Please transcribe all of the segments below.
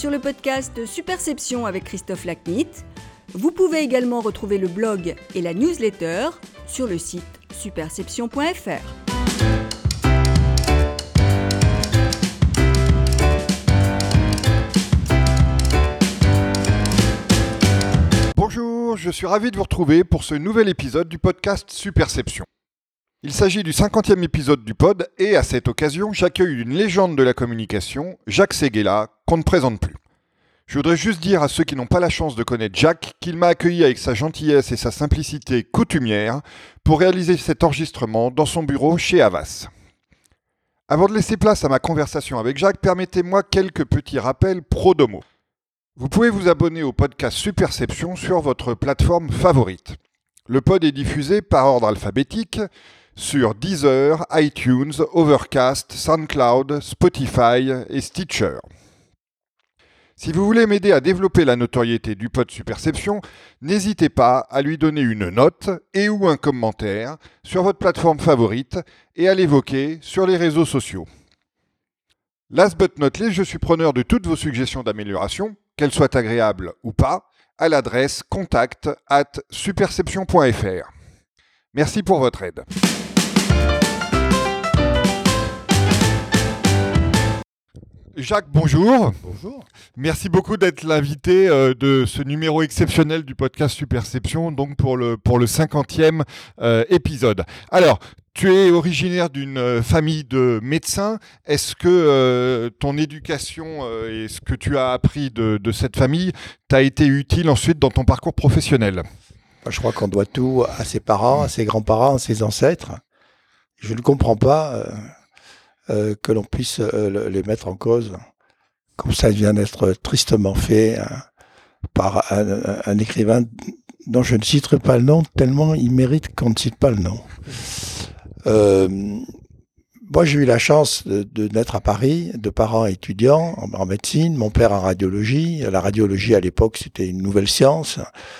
sur le podcast Superception avec Christophe Lacnit. Vous pouvez également retrouver le blog et la newsletter sur le site superception.fr. Bonjour, je suis ravi de vous retrouver pour ce nouvel épisode du podcast Superception. Il s'agit du 50e épisode du pod et à cette occasion, j'accueille une légende de la communication, Jacques Séguéla, qu'on ne présente plus. Je voudrais juste dire à ceux qui n'ont pas la chance de connaître Jacques qu'il m'a accueilli avec sa gentillesse et sa simplicité coutumière pour réaliser cet enregistrement dans son bureau chez Havas. Avant de laisser place à ma conversation avec Jacques, permettez-moi quelques petits rappels pro domo. Vous pouvez vous abonner au podcast Superception sur votre plateforme favorite. Le pod est diffusé par ordre alphabétique sur Deezer, iTunes, Overcast, SoundCloud, Spotify et Stitcher. Si vous voulez m'aider à développer la notoriété du pod Superception, n'hésitez pas à lui donner une note et ou un commentaire sur votre plateforme favorite et à l'évoquer sur les réseaux sociaux. Last but not least, je suis preneur de toutes vos suggestions d'amélioration, qu'elles soient agréables ou pas, à l'adresse contact@superception.fr. Merci pour votre aide. Jacques, bonjour. Bonjour. Merci beaucoup d'être l'invité de ce numéro exceptionnel du podcast Superception, donc pour le 50e épisode. Alors, tu es originaire d'une famille de médecins. Est-ce que ton éducation et ce que tu as appris de cette famille t'a été utile ensuite dans ton parcours professionnel ? Je crois qu'on doit tout à ses parents, à ses grands-parents, à ses ancêtres. Je ne comprends pas que l'on puisse les mettre en cause, comme ça vient d'être tristement fait par un écrivain dont je ne citerai pas le nom, tellement il mérite qu'on ne cite pas le nom. Moi, j'ai eu la chance de naître à Paris, de parents étudiants en médecine, mon père en radiologie. La radiologie, à l'époque, c'était une nouvelle science.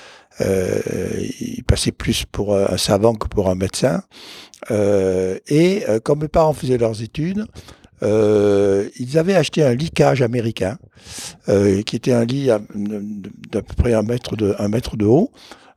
Il passait plus pour un savant que pour un médecin. Et quand mes parents faisaient leurs études, ils avaient acheté un lit cage américain, qui était un lit d'à peu près un mètre de haut,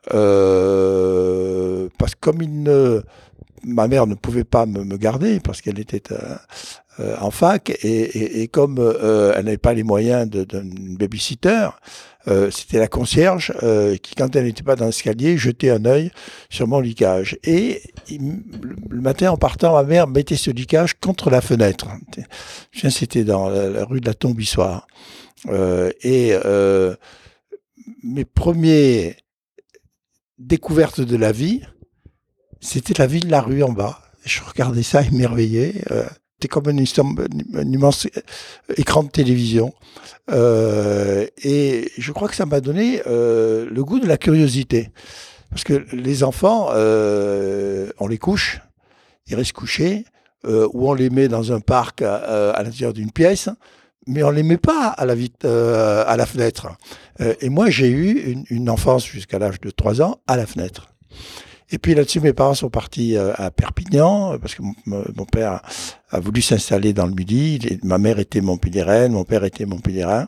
parce que comme ma mère ne pouvait pas me garder parce qu'elle était en fac et comme elle n'avait pas les moyens d'un babysitter, c'était la concierge qui, quand elle n'était pas dans l'escalier, jetait un œil sur mon lit-cage. Et le matin, en partant, ma mère mettait ce lit-cage contre la fenêtre. C'était dans la rue de la Tombissoire. Mes premières découvertes de la vie, c'était la vie de la rue en bas. Je regardais ça émerveillé. C'était comme un immense écran de télévision. Et je crois que ça m'a donné le goût de la curiosité. Parce que les enfants, on les couche, ils restent couchés, ou on les met dans un parc à l'intérieur d'une pièce, mais on ne les met pas à la fenêtre. Et moi, j'ai eu une enfance jusqu'à l'âge de 3 ans à la fenêtre. Et puis là-dessus, mes parents sont partis à Perpignan, parce que mon père a voulu s'installer dans le Midi. Ma mère était montpelliéraine, mon père était montpelliérain.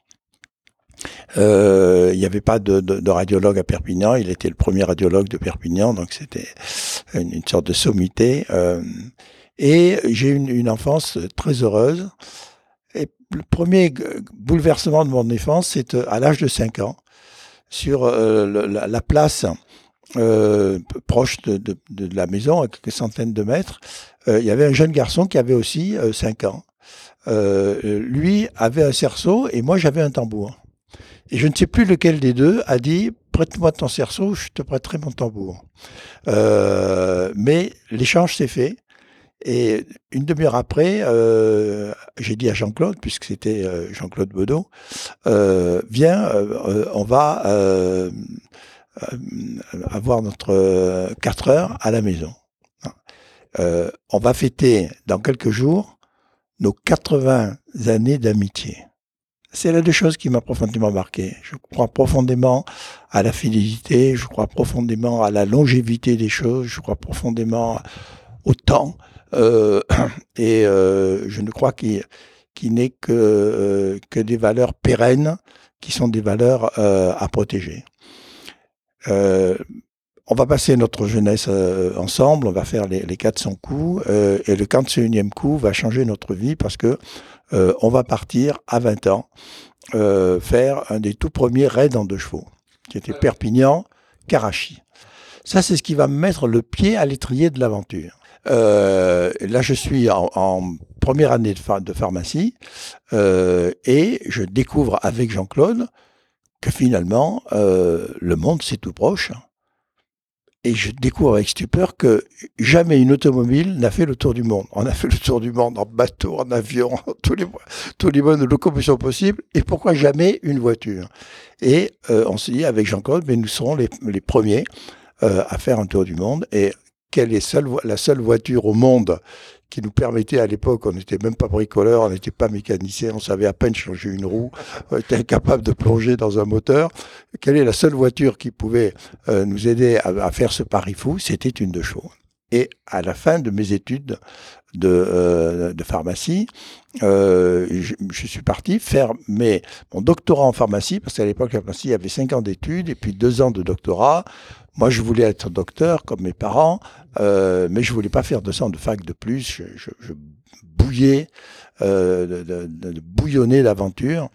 Il n'y avait pas de radiologue à Perpignan, il était le premier radiologue de Perpignan, donc c'était une sorte de sommité. Et j'ai eu une enfance très heureuse. Et le premier bouleversement de mon enfance, c'est à l'âge de 5 ans, sur la place proche de la maison, à quelques centaines de mètres, il y avait un jeune garçon qui avait aussi 5 ans. Lui avait un cerceau et moi j'avais un tambour. Et je ne sais plus lequel des deux a dit « Prête-moi ton cerceau, je te prêterai mon tambour ». Mais l'échange s'est fait. Et une demi-heure après, j'ai dit à Jean-Claude, puisque c'était Jean-Claude Bedeau, viens, on va avoir notre 4 heures à la maison. On va fêter dans quelques jours nos 80 années d'amitié. C'est là deux choses qui m'ont profondément marqué. Je crois profondément à la fidélité, je crois profondément à la longévité des choses, je crois profondément au temps. Je ne crois qu'il qui n'est que des valeurs pérennes, qui sont des valeurs à protéger. On va passer notre jeunesse ensemble, on va faire les 400 coups, et le 41e coup va changer notre vie parce que on va partir à 20 ans faire un des tout premiers raids en 2 chevaux, qui était Perpignan-Karachi. Ça, c'est ce qui va me mettre le pied à l'étrier de l'aventure. Là, je suis en première année de pharmacie et je découvre avec Jean-Claude que finalement, le monde, c'est tout proche. Et je découvre avec stupeur que jamais une automobile n'a fait le tour du monde. On a fait le tour du monde en bateau, en avion, tous les modes de locomotion possibles. Et pourquoi jamais une voiture? Et on se dit avec Jean-Claude, mais nous serons les premiers à faire un tour du monde. Et quelle est la seule voiture au monde qui nous permettait à l'époque, on n'était même pas bricoleur, on n'était pas mécanicien, on savait à peine changer une roue, on était incapable de plonger dans un moteur. Quelle est la seule voiture qui pouvait nous aider à faire ce pari fou? C'était une 2 chevaux. Et à la fin de mes études de pharmacie, je suis parti faire mon doctorat en pharmacie, parce qu'à l'époque, la pharmacie avait 5 ans d'études et puis 2 ans de doctorat. Moi, je voulais être docteur, comme mes parents, mais je voulais pas faire 2 ans de fac de plus. Je bouillais, de bouillonner l'aventure.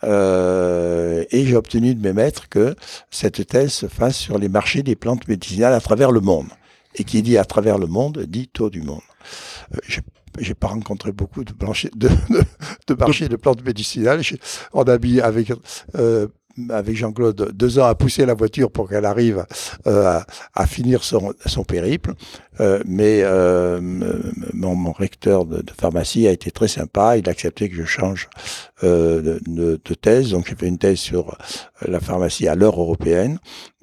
Et j'ai obtenu de mes maîtres que cette thèse se fasse sur les marchés des plantes médicinales à travers le monde. Et qui dit à travers le monde, dit tour du monde. J'ai pas rencontré beaucoup de marchés de plantes médicinales. On a mis avec Jean-Claude 2 ans à pousser la voiture pour qu'elle arrive à finir son périple. Mais mon recteur de pharmacie a été très sympa. Il a accepté que je change de thèse. Donc j'ai fait une thèse sur la pharmacie à l'heure européenne.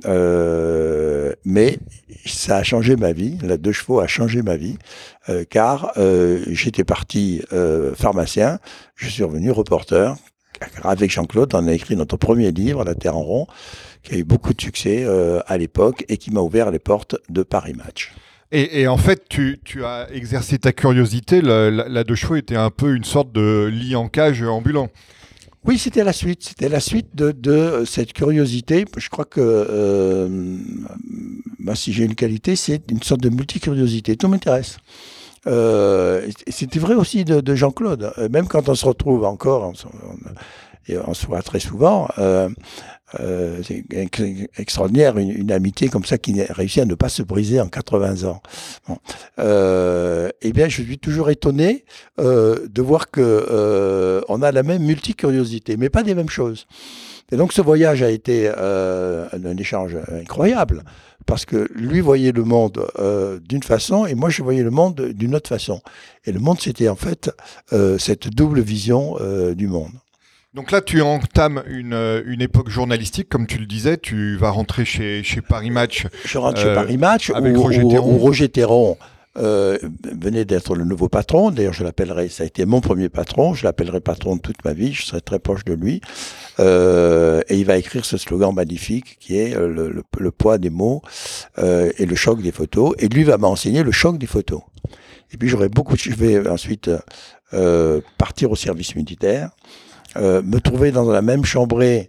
Mais ça a changé ma vie. La 2 chevaux a changé ma vie. Car j'étais parti pharmacien. Je suis revenu reporter. Avec Jean-Claude, on a écrit notre premier livre, La Terre en rond, qui a eu beaucoup de succès à l'époque et qui m'a ouvert les portes de Paris Match. Et en fait, tu as exercé ta curiosité. La 2 chevaux était un peu une sorte de lit en cage ambulant. Oui, c'était la suite. C'était la suite de cette curiosité. Je crois que moi, si j'ai une qualité, c'est une sorte de multicuriosité. Tout m'intéresse. C'était vrai aussi de Jean-Claude. Même quand on se retrouve encore, on se voit très souvent, c'est extraordinaire, une amitié comme ça qui réussit à ne pas se briser en 80 ans. Bon. Eh bien, je suis toujours étonné de voir que on a la même multicuriosité, mais pas des mêmes choses. Et donc ce voyage a été un échange incroyable, parce que lui voyait le monde d'une façon et moi je voyais le monde d'une autre façon. Et le monde, c'était en fait cette double vision du monde. Donc là, tu entames une époque journalistique, comme tu le disais. Tu vas rentrer chez Paris Match. Je rentre chez Paris Match, avec où Roger Théron. venait d'être le nouveau patron. D'ailleurs, ça a été mon premier patron. Je l'appellerai patron toute ma vie. Je serai très proche de lui. Et il va écrire ce slogan magnifique qui est le poids des mots et le choc des photos. Et lui va m'enseigner le choc des photos. Et puis je vais ensuite partir au service militaire, me trouver dans la même chambrée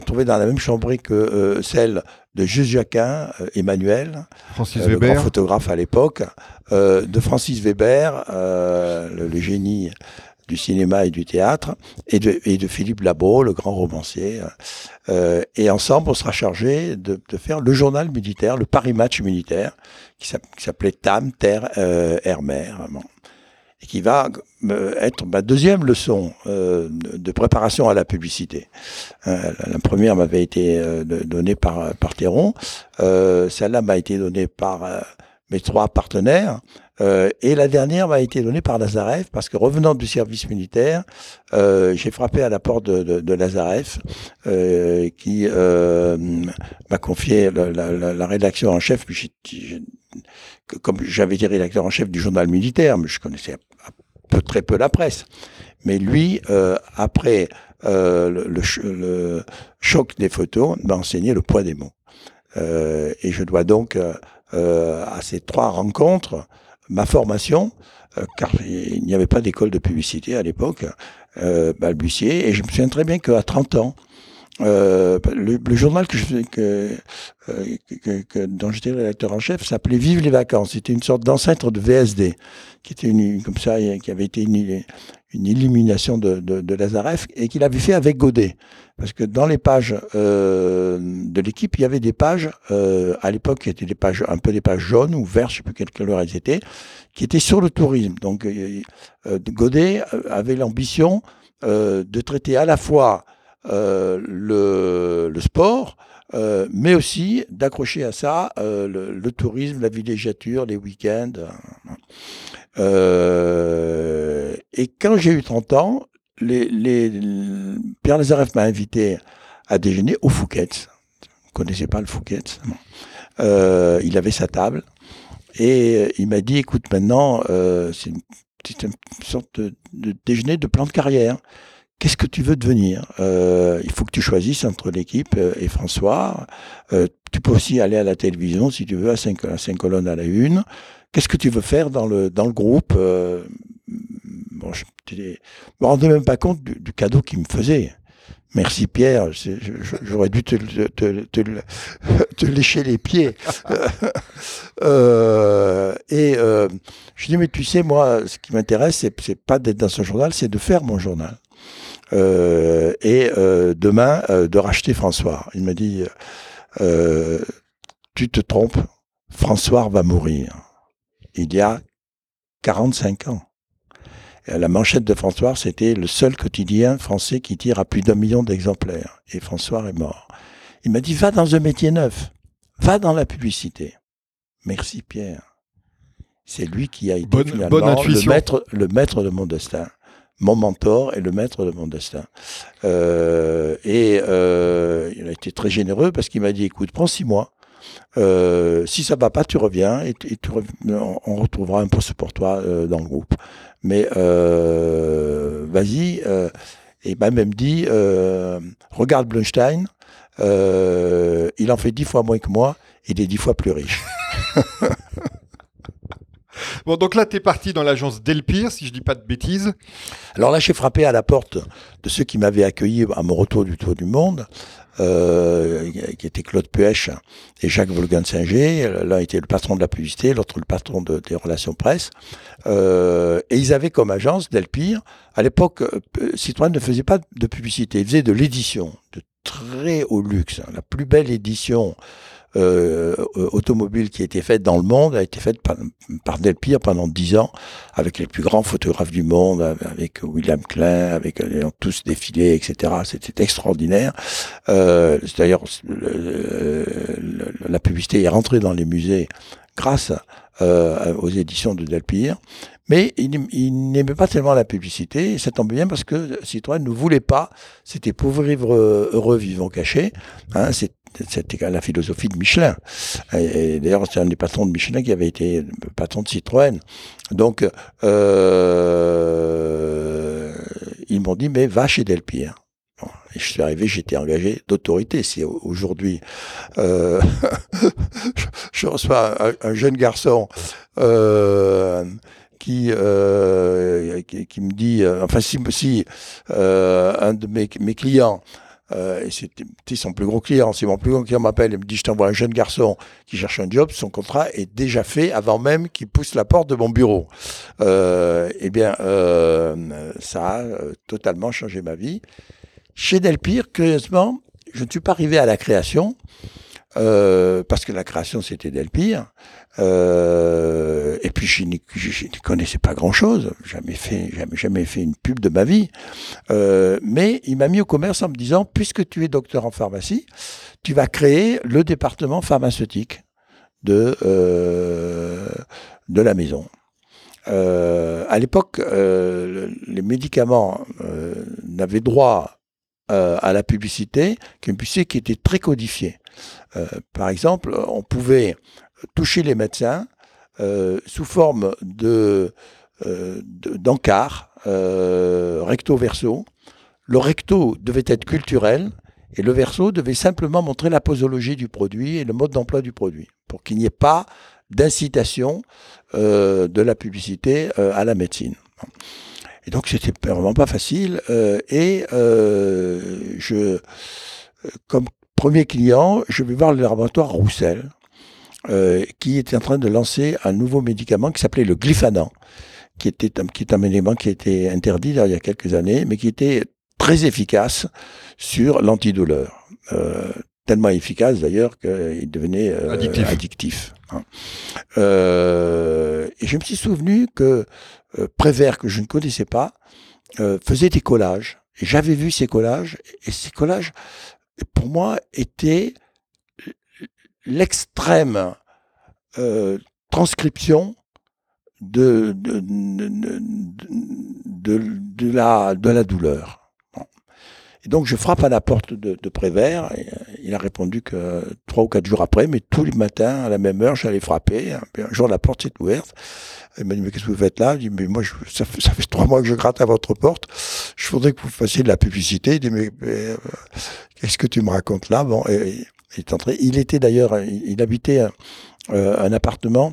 que celle de Juste Jacquin, Emmanuel, le grand photographe à l'époque, de Francis Weber, le génie du cinéma et du théâtre, et de Philippe Labro, le grand romancier. Et ensemble, on sera chargé de faire le journal militaire, le Paris Match militaire, qui s'appelait TAM, Terre, Air, Mer. Bon. Et qui va être ma deuxième leçon de préparation à la publicité. La première m'avait été donnée par Théron, celle-là m'a été donnée par mes 3 partenaires, et la dernière m'a été donnée par Lazareff, parce que revenant du service militaire, j'ai frappé à la porte de Lazareff, qui m'a confié la rédaction en chef. Comme j'avais été rédacteur en chef du journal militaire, mais je connaissais très peu la presse. Mais lui, après le choc des photos, m'a enseigné le poids des mots. Et je dois donc à ces 3 rencontres ma formation, car il n'y avait pas d'école de publicité à l'époque, balbutier. Et je me souviens très bien qu'à 30 ans, le journal dont j'étais rédacteur en chef s'appelait Vive les vacances. C'était une sorte d'ancêtre de VSD, qui était qui avait été une illumination de Lazareff et qu'il avait fait avec Godet. Parce que dans les pages de l'équipe, il y avait des pages, à l'époque, qui étaient des pages jaunes ou vertes, je ne sais plus quelle couleur elles étaient, qui étaient sur le tourisme. Donc, Godet avait l'ambition de traiter à la fois le sport, mais aussi d'accrocher à ça le tourisme, la villégiature, les week-ends. Et quand j'ai eu 30 ans, Pierre Lazareff m'a invité à déjeuner au Fouquet's. Vous ne connaissez pas le Fouquet's? Il avait sa table et il m'a dit, écoute, maintenant, c'est une sorte de déjeuner de plan de carrière. Qu'est-ce que tu veux devenir? Il faut que tu choisisses entre l'équipe et François. Tu peux aussi aller à la télévision si tu veux, à 5 colonnes à la une. Qu'est-ce que tu veux faire dans le groupe? Bon, je me rendais même pas compte du cadeau qu'il me faisait. Merci Pierre, j'aurais dû te lécher les pieds. Je dis, mais tu sais, moi, ce qui m'intéresse, c'est pas d'être dans ce journal, c'est de faire mon journal. Demain, de racheter François. Il m'a dit, tu te trompes, François va mourir. Il y a 45 ans. La manchette de François, c'était le seul quotidien français qui tire à plus d'1 million d'exemplaires. Et François est mort. Il m'a dit, va dans un métier neuf. Va dans la publicité. Merci Pierre. C'est lui qui a été finalement le maître de mon destin. Mon mentor est le maître de mon destin. Il a été très généreux parce qu'il m'a dit, écoute, prends 6 mois. Si ça va pas, tu reviens et on retrouvera un poste pour toi dans le groupe. Mais vas-y. Et il m'a même dit, regarde Blumstein, il en fait 10 fois moins que moi, il est 10 fois plus riche. Bon, donc là, tu es parti dans l'agence Delpire, si je dis pas de bêtises. Alors là, j'ai frappé à la porte de ceux qui m'avaient accueilli à mon retour du Tour du Monde, qui étaient Claude Puech et Jacques Wolfgang-Singer. L'un était le patron de la publicité, l'autre le patron des relations presse. Et ils avaient comme agence Delpire. À l'époque, Citroën ne faisait pas de publicité, il faisait de l'édition, de très haut luxe. La plus belle édition automobile qui a été faite dans le monde a été faite par Delpire pendant 10 ans avec les plus grands photographes du monde, avec William Klein, avec ils ont tous défilé, etc. C'était extraordinaire. D'ailleurs, la publicité est rentrée dans les musées grâce aux éditions de Delpire. Mais il n'aimait pas tellement la publicité, et ça tombe bien parce que Citroën ne voulait pas, c'était pour vivre heureux, vivons cachés, hein, c'était la philosophie de Michelin. Et d'ailleurs, c'est un des patrons de Michelin qui avait été patron de Citroën. Donc, ils m'ont dit, mais va chez Delpire. Bon, et je suis arrivé, j'étais engagé d'autorité. Si aujourd'hui, je reçois un jeune garçon qui me dit, enfin si un de mes clients, et c'était son plus gros client, si mon plus gros client m'appelle et me dit je t'envoie un jeune garçon qui cherche un job, son contrat est déjà fait avant même qu'il pousse la porte de mon bureau. Eh bien, ça a totalement changé ma vie. Chez Delpire, curieusement, je ne suis pas arrivé à la création, parce que la création c'était Delpire, et puis je n'y connaissais pas grand-chose, jamais fait une pub de ma vie, mais il m'a mis au commerce en me disant, puisque tu es docteur en pharmacie, tu vas créer le département pharmaceutique de la maison. À l'époque, les médicaments n'avaient droit à la publicité qu'une publicité qui était très codifiée. Par exemple, on pouvait toucher les médecins sous forme d'encart recto-verso. Le recto devait être culturel et le verso devait simplement montrer la posologie du produit et le mode d'emploi du produit, pour qu'il n'y ait pas d'incitation de la publicité à la médecine. Et donc c'était vraiment pas facile. Comme premier client, je vais voir le laboratoire Roussel, qui était en train de lancer un nouveau médicament qui s'appelait le Glyphanan, qui est un médicament qui a été interdit il y a quelques années, mais qui était très efficace sur l'antidouleur. Tellement efficace d'ailleurs qu'il devenait addictif. Hein. Et je me suis souvenu que Prévert, que je ne connaissais pas, faisait des collages. Et j'avais vu ces collages, et ces collages, pour moi, étaient l'extrême transcription de la douleur. Bon. Et donc je frappe à la porte de Prévert, et il a répondu que 3 ou 4 jours après, mais tous les matins à la même heure j'allais frapper. Puis un jour la porte s'est ouverte, il m'a dit mais qu'est-ce que vous faites là? Je dis mais moi ça fait 3 mois que je gratte à votre porte, je voudrais que vous fassiez de la publicité. Il dit mais qu'est-ce que tu me racontes là? Bon, et il est entré. Il était d'ailleurs, il habitait un appartement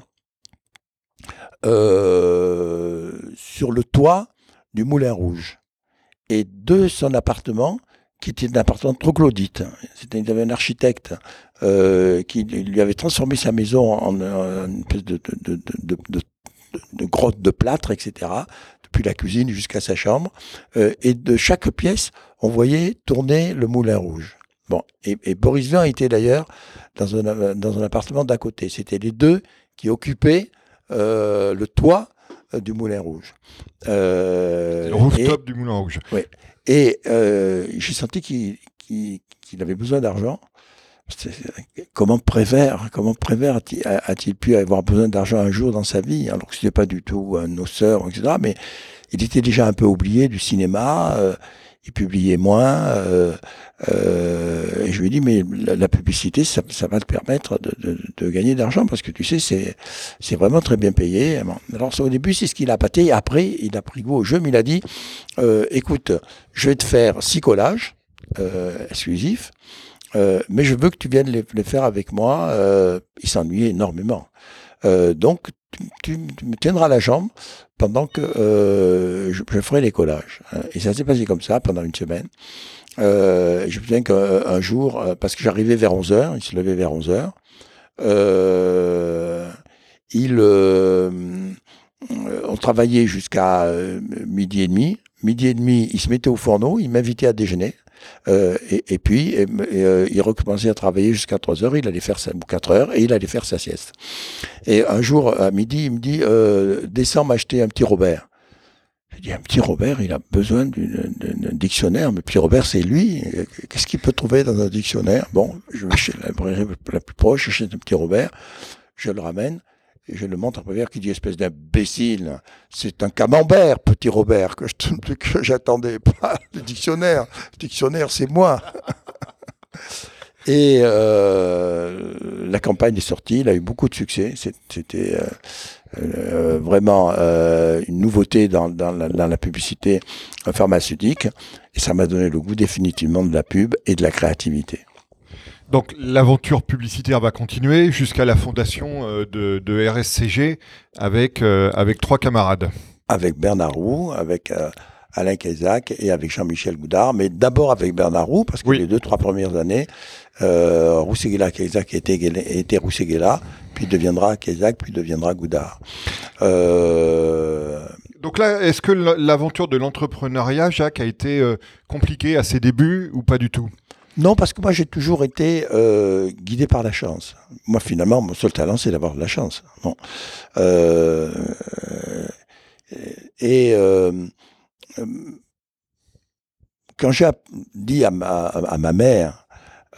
sur le toit du Moulin Rouge. Et de son appartement, qui était un appartement troglodyte, il avait un architecte qui lui avait transformé sa maison en une espèce de grotte de plâtre, etc., depuis la cuisine jusqu'à sa chambre. Et de chaque pièce, on voyait tourner le Moulin Rouge. Bon, et Boris Vian était d'ailleurs dans un appartement d'à côté. C'était les deux qui occupaient le toit du Moulin Rouge. Le rooftop du Moulin Rouge. Oui. Et j'ai senti qu'il avait besoin d'argent. Comment Prévert a-t-il pu avoir besoin d'argent un jour dans sa vie, alors que ce n'était pas du tout un noceur, etc. Mais il était déjà un peu oublié du cinéma. Il publiait moins. Et je lui ai dit, mais la publicité, ça va te permettre de gagner d'argent, parce que tu sais, c'est vraiment très bien payé. Alors au début, c'est ce qu'il a pâté. Après, il a pris goût au jeu, mais il a dit, écoute, je vais te faire 6 collages exclusifs, mais je veux que tu viennes les faire avec moi. Il s'ennuyait énormément. Donc, tu me tiendras la jambe pendant que je ferai les collages. Et ça s'est passé comme ça pendant une semaine. Je me souviens qu'un jour, parce que j'arrivais vers 11h, il se levait vers 11h, on travaillait jusqu'à midi et demi. Midi et demi, il se mettait au fourneau, il m'invitait à déjeuner. Et puis, il recommençait à travailler jusqu'à 3h, il allait faire 4h, et il allait faire sa sieste. Et un jour, à midi, il me dit, descends m'acheter un petit Robert. Je dis, un petit Robert, il a besoin d'un dictionnaire, mais petit Robert, c'est lui. Qu'est-ce qu'il peut trouver dans un dictionnaire? Bon, je vais chez la librairie la plus proche, j'achète un petit Robert, je le ramène, et je le montre à Prévert qui dit, espèce d'imbécile, c'est un camembert, petit Robert, que j'attendais pas le dictionnaire. Le dictionnaire, c'est moi. Et la campagne est sortie, il a eu beaucoup de succès. C'était vraiment une nouveauté dans la publicité pharmaceutique. Et ça m'a donné le goût définitivement de la pub et de la créativité. Donc l'aventure publicitaire va continuer jusqu'à la fondation de RSCG avec 3 camarades. Avec Bernard Roux, avec Alain Cazac et avec Jean-Michel Goudard, mais d'abord avec Bernard Roux, parce que les 2-3 premières années, Rousseguela Cazac était Rousseguela, puis deviendra Cazac, puis deviendra Goudard. Donc là, est-ce que l'aventure de l'entrepreneuriat, Jacques, a été compliquée à ses débuts ou pas du tout ? Non, parce que moi, j'ai toujours été guidé par la chance. Moi, finalement, mon seul talent, c'est d'avoir de la chance. Bon. Quand j'ai dit à ma mère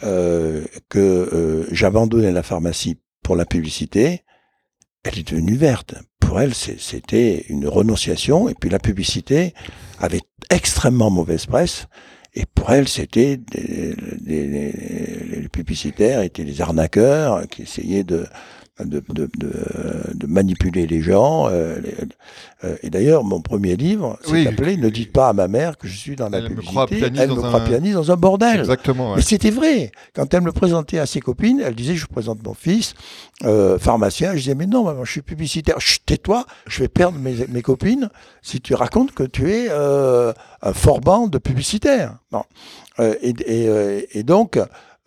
que j'abandonnais la pharmacie pour la publicité, elle est devenue verte. Pour elle, c'était une renonciation. Et puis la publicité avait extrêmement mauvaise presse. Et pour elle, c'était les publicitaires étaient des arnaqueurs qui essayaient de de manipuler les gens. Et d'ailleurs, mon premier livre s'est appelé « Ne dites pas à ma mère que je suis dans la publicité, elle me croit pianiste dans un bordel ». Exactement. Ouais. Mais c'était vrai. Quand elle me présentait à ses copines, elle disait « Je vous présente mon fils, pharmacien ». Je disais « Mais non, maman, je suis publicitaire. Chut, tais-toi, je vais perdre mes copines si tu racontes que tu es un forban de publicitaire. » Bon. Et donc,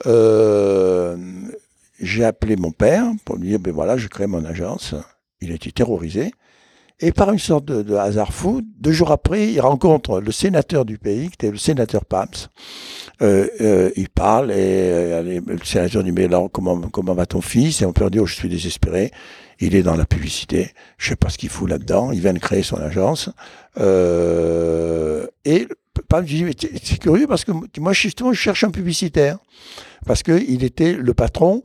j'ai appelé mon père pour lui dire, ben voilà, je crée mon agence. Il a été terrorisé. Et par une sorte de hasard fou, 2 jours après, il rencontre le sénateur du pays, qui était le sénateur Pams. Il parle et le sénateur dit, mais alors, comment va ton fils? Et on peut dire, oh, je suis désespéré. Il est dans la publicité. Je sais pas ce qu'il fout là-dedans. Il vient de créer son agence. Et Pams dit, mais c'est curieux parce que moi, justement, je cherche un publicitaire. Parce qu'il était le patron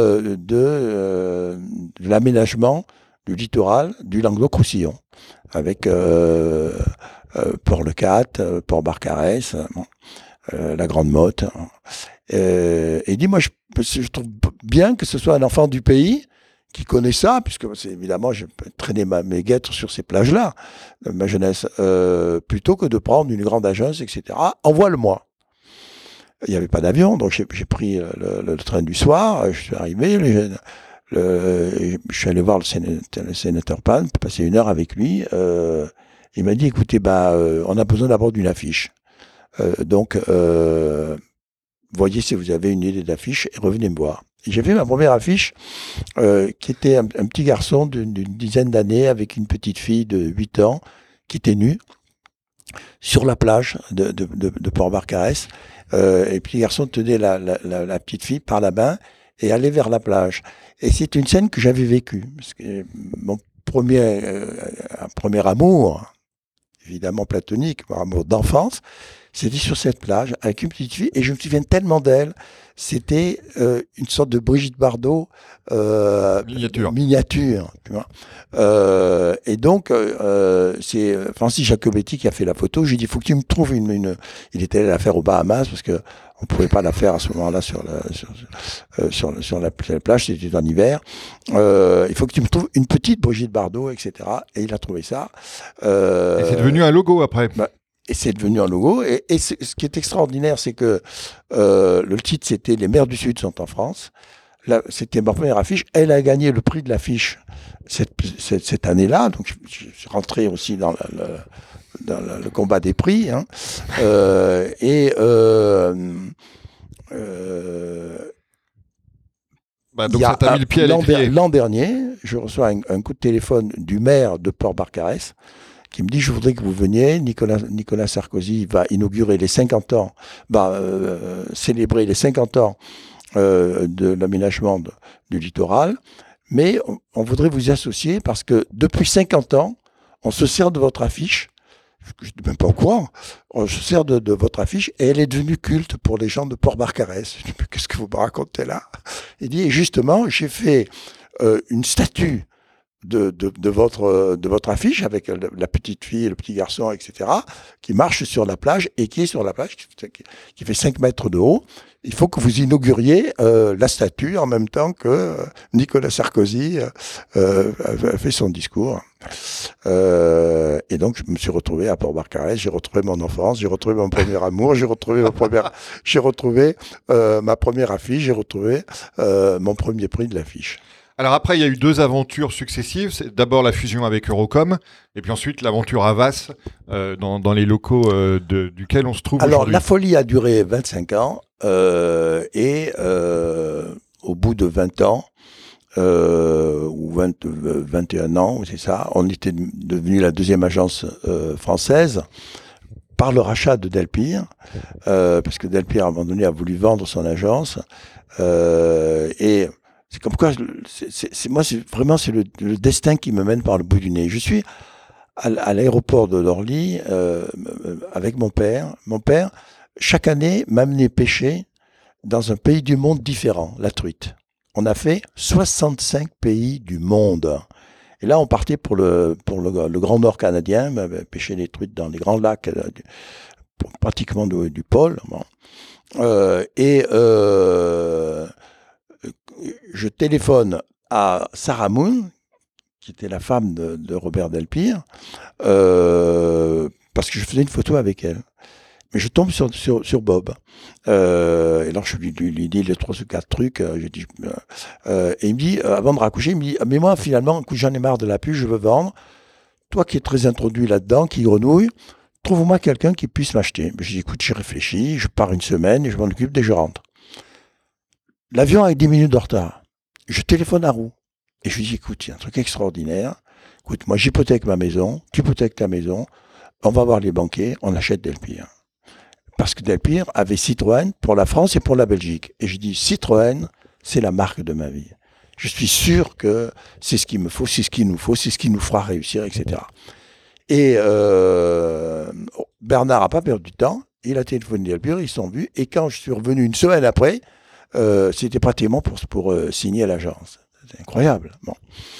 de l'aménagement du littoral du Languedoc-Roussillon, avec Port-le-Cat, Port-Barcarès, la Grande Motte. Et dit, moi, je trouve bien que ce soit un enfant du pays qui connaît ça, puisque évidemment, j'ai traîné mes guêtres sur ces plages-là, ma jeunesse, plutôt que de prendre une grande agence, etc. Envoie-le-moi. Il n'y avait pas d'avion, donc j'ai pris le train du soir, je suis arrivé, je suis allé voir le sénateur Pan, passer 1 heure avec lui. Il m'a dit, écoutez, on a besoin d'abord d'une affiche. Donc, voyez si vous avez une idée d'affiche et revenez me voir. Et j'ai fait ma première affiche, qui était un petit garçon d'une dizaine d'années avec une petite fille de 8 ans qui était nue sur la plage de Port-Barcarès. Et puis le garçon tenait la petite fille par la main et allait vers la plage. Et c'est une scène que j'avais vécue. Parce que mon premier amour, évidemment platonique, mon amour d'enfance, c'était sur cette plage avec une petite fille. Et je me souviens tellement d'elle. C'était une sorte de Brigitte Bardot miniature, tu vois. Et donc, c'est Francis Jacobetti qui a fait la photo. J'ai dit, il faut que tu me trouves Il était allé la faire aux Bahamas parce que on pouvait pas la faire à ce moment-là sur la plage, c'était en hiver. Il faut que tu me trouves une petite Brigitte Bardot, etc. Et il a trouvé ça. Et c'est devenu un logo après. Et c'est devenu un logo. Et ce qui est extraordinaire, c'est que le titre, c'était « Les mers du Sud sont en France ». Là, c'était ma première affiche. Elle a gagné le prix de l'affiche cette année-là. Donc, je suis rentré aussi dans le combat des prix. Hein. Donc ça t'a mis le pied à l'étrier. L'an dernier, je reçois un coup de téléphone du maire de Port-Barcarès qui me dit, je voudrais que vous veniez, Nicolas Sarkozy va inaugurer les 50 ans, célébrer les 50 ans de l'aménagement du littoral, mais on voudrait vous y associer parce que depuis 50 ans, on se sert de votre affiche, je ne suis même pas au courant, on se sert de votre affiche et elle est devenue culte pour les gens de Port-Barcarès. Je dis, mais qu'est-ce que vous me racontez là? Il dit, et justement, j'ai fait une statue de votre affiche avec la petite fille, le petit garçon, etc., qui marche sur la plage et qui est sur la plage, qui fait 5 mètres de haut. Il faut que vous inauguriez la statue en même temps que Nicolas Sarkozy a fait son discours. Et donc, je me suis retrouvé à Port-Barcarès, j'ai retrouvé mon enfance, j'ai retrouvé mon premier amour, j'ai retrouvé ma première affiche, j'ai retrouvé mon premier prix de l'affiche. Alors après, il y a eu 2 aventures successives. C'est d'abord la fusion avec Eurocom, et puis ensuite l'aventure Havas dans les locaux duquel on se trouve aujourd'hui. Alors, la folie a duré 25 ans, et au bout de 20 ans, ou 21 ans, c'est ça, on était devenu la 2e agence française par le rachat de Delpire, parce que Delpire, à un moment donné, a voulu vendre son agence, et c'est comme quoi, moi, c'est le destin qui me mène par le bout du nez. Je suis à l'aéroport de l'Orly avec mon père. Mon père, chaque année, m'amenait pêcher dans un pays du monde différent, la truite. On a fait 65 pays du monde. Et là, on partait pour le Grand Nord canadien, pêcher les truites dans les grands lacs, pratiquement du pôle. Bon. Je téléphone à Sarah Moon, qui était la femme de Robert Delpire, parce que je faisais une photo avec elle. Mais je tombe sur Bob. Et alors je lui dis les 3 ou 4 trucs. Et il me dit, avant de raccrocher, il me dit, mais moi finalement, j'en ai marre de la pub, je veux vendre. Toi qui es très introduit là-dedans, qui grenouille, trouve-moi quelqu'un qui puisse m'acheter. Je dis, écoute, j'y réfléchis, je pars une semaine et je m'en occupe dès que je rentre. L'avion a 10 minutes de retard. Je téléphone à Roux. Et je lui dis, écoute, il y a un truc extraordinaire. Écoute, moi j'hypothèque ma maison, tu hypothèques ta maison, on va voir les banquiers, on achète Delpire. Parce que Delpire avait Citroën pour la France et pour la Belgique. Et je dis, Citroën, c'est la marque de ma vie. Je suis sûr que c'est ce qu'il me faut, c'est ce qu'il nous faut, c'est ce qui nous fera réussir, etc. Et Bernard n'a pas perdu de temps. Il a téléphoné Delpire, ils sont vus. Et quand je suis revenu une semaine après, c'était pratiquement pour signer à l'agence. C'est incroyable. Bon.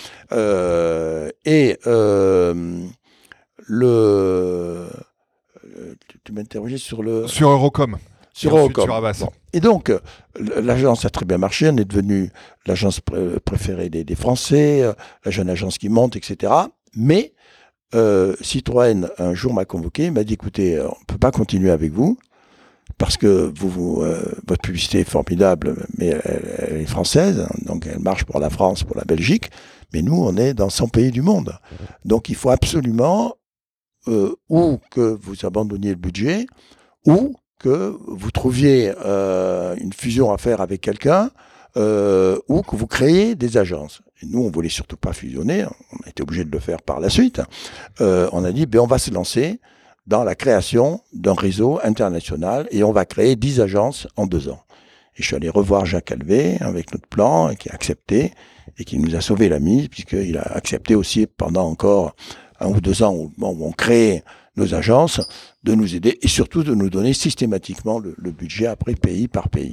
Tu m'interrogeais sur le... Sur Eurocom. Sur Eurocom. Sur Havas. Bon. Et donc, l'agence a très bien marché. On est devenu l'agence préférée des Français, la jeune agence qui monte, etc. Mais Citroën, un jour, m'a convoqué. Il m'a dit, écoutez, on ne peut pas continuer avec vous parce que votre publicité est formidable, mais elle est française. Donc, elle marche pour la France, pour la Belgique. Mais nous, on est dans 100 pays du monde. Donc, il faut absolument ou que vous abandonniez le budget, ou que vous trouviez une fusion à faire avec quelqu'un, ou que vous créiez des agences. Et nous, on ne voulait surtout pas fusionner, on a été obligé de le faire par la suite. On a dit, on va se lancer dans la création d'un réseau international et on va créer 10 agences en 2 ans. Et je suis allé revoir Jacques Halvé avec notre plan, qui a accepté, et qui nous a sauvé la mise, puisqu'il a accepté aussi pendant encore 1 ou 2 ans où on crée nos agences, de nous aider et surtout de nous donner systématiquement le budget après pays par pays.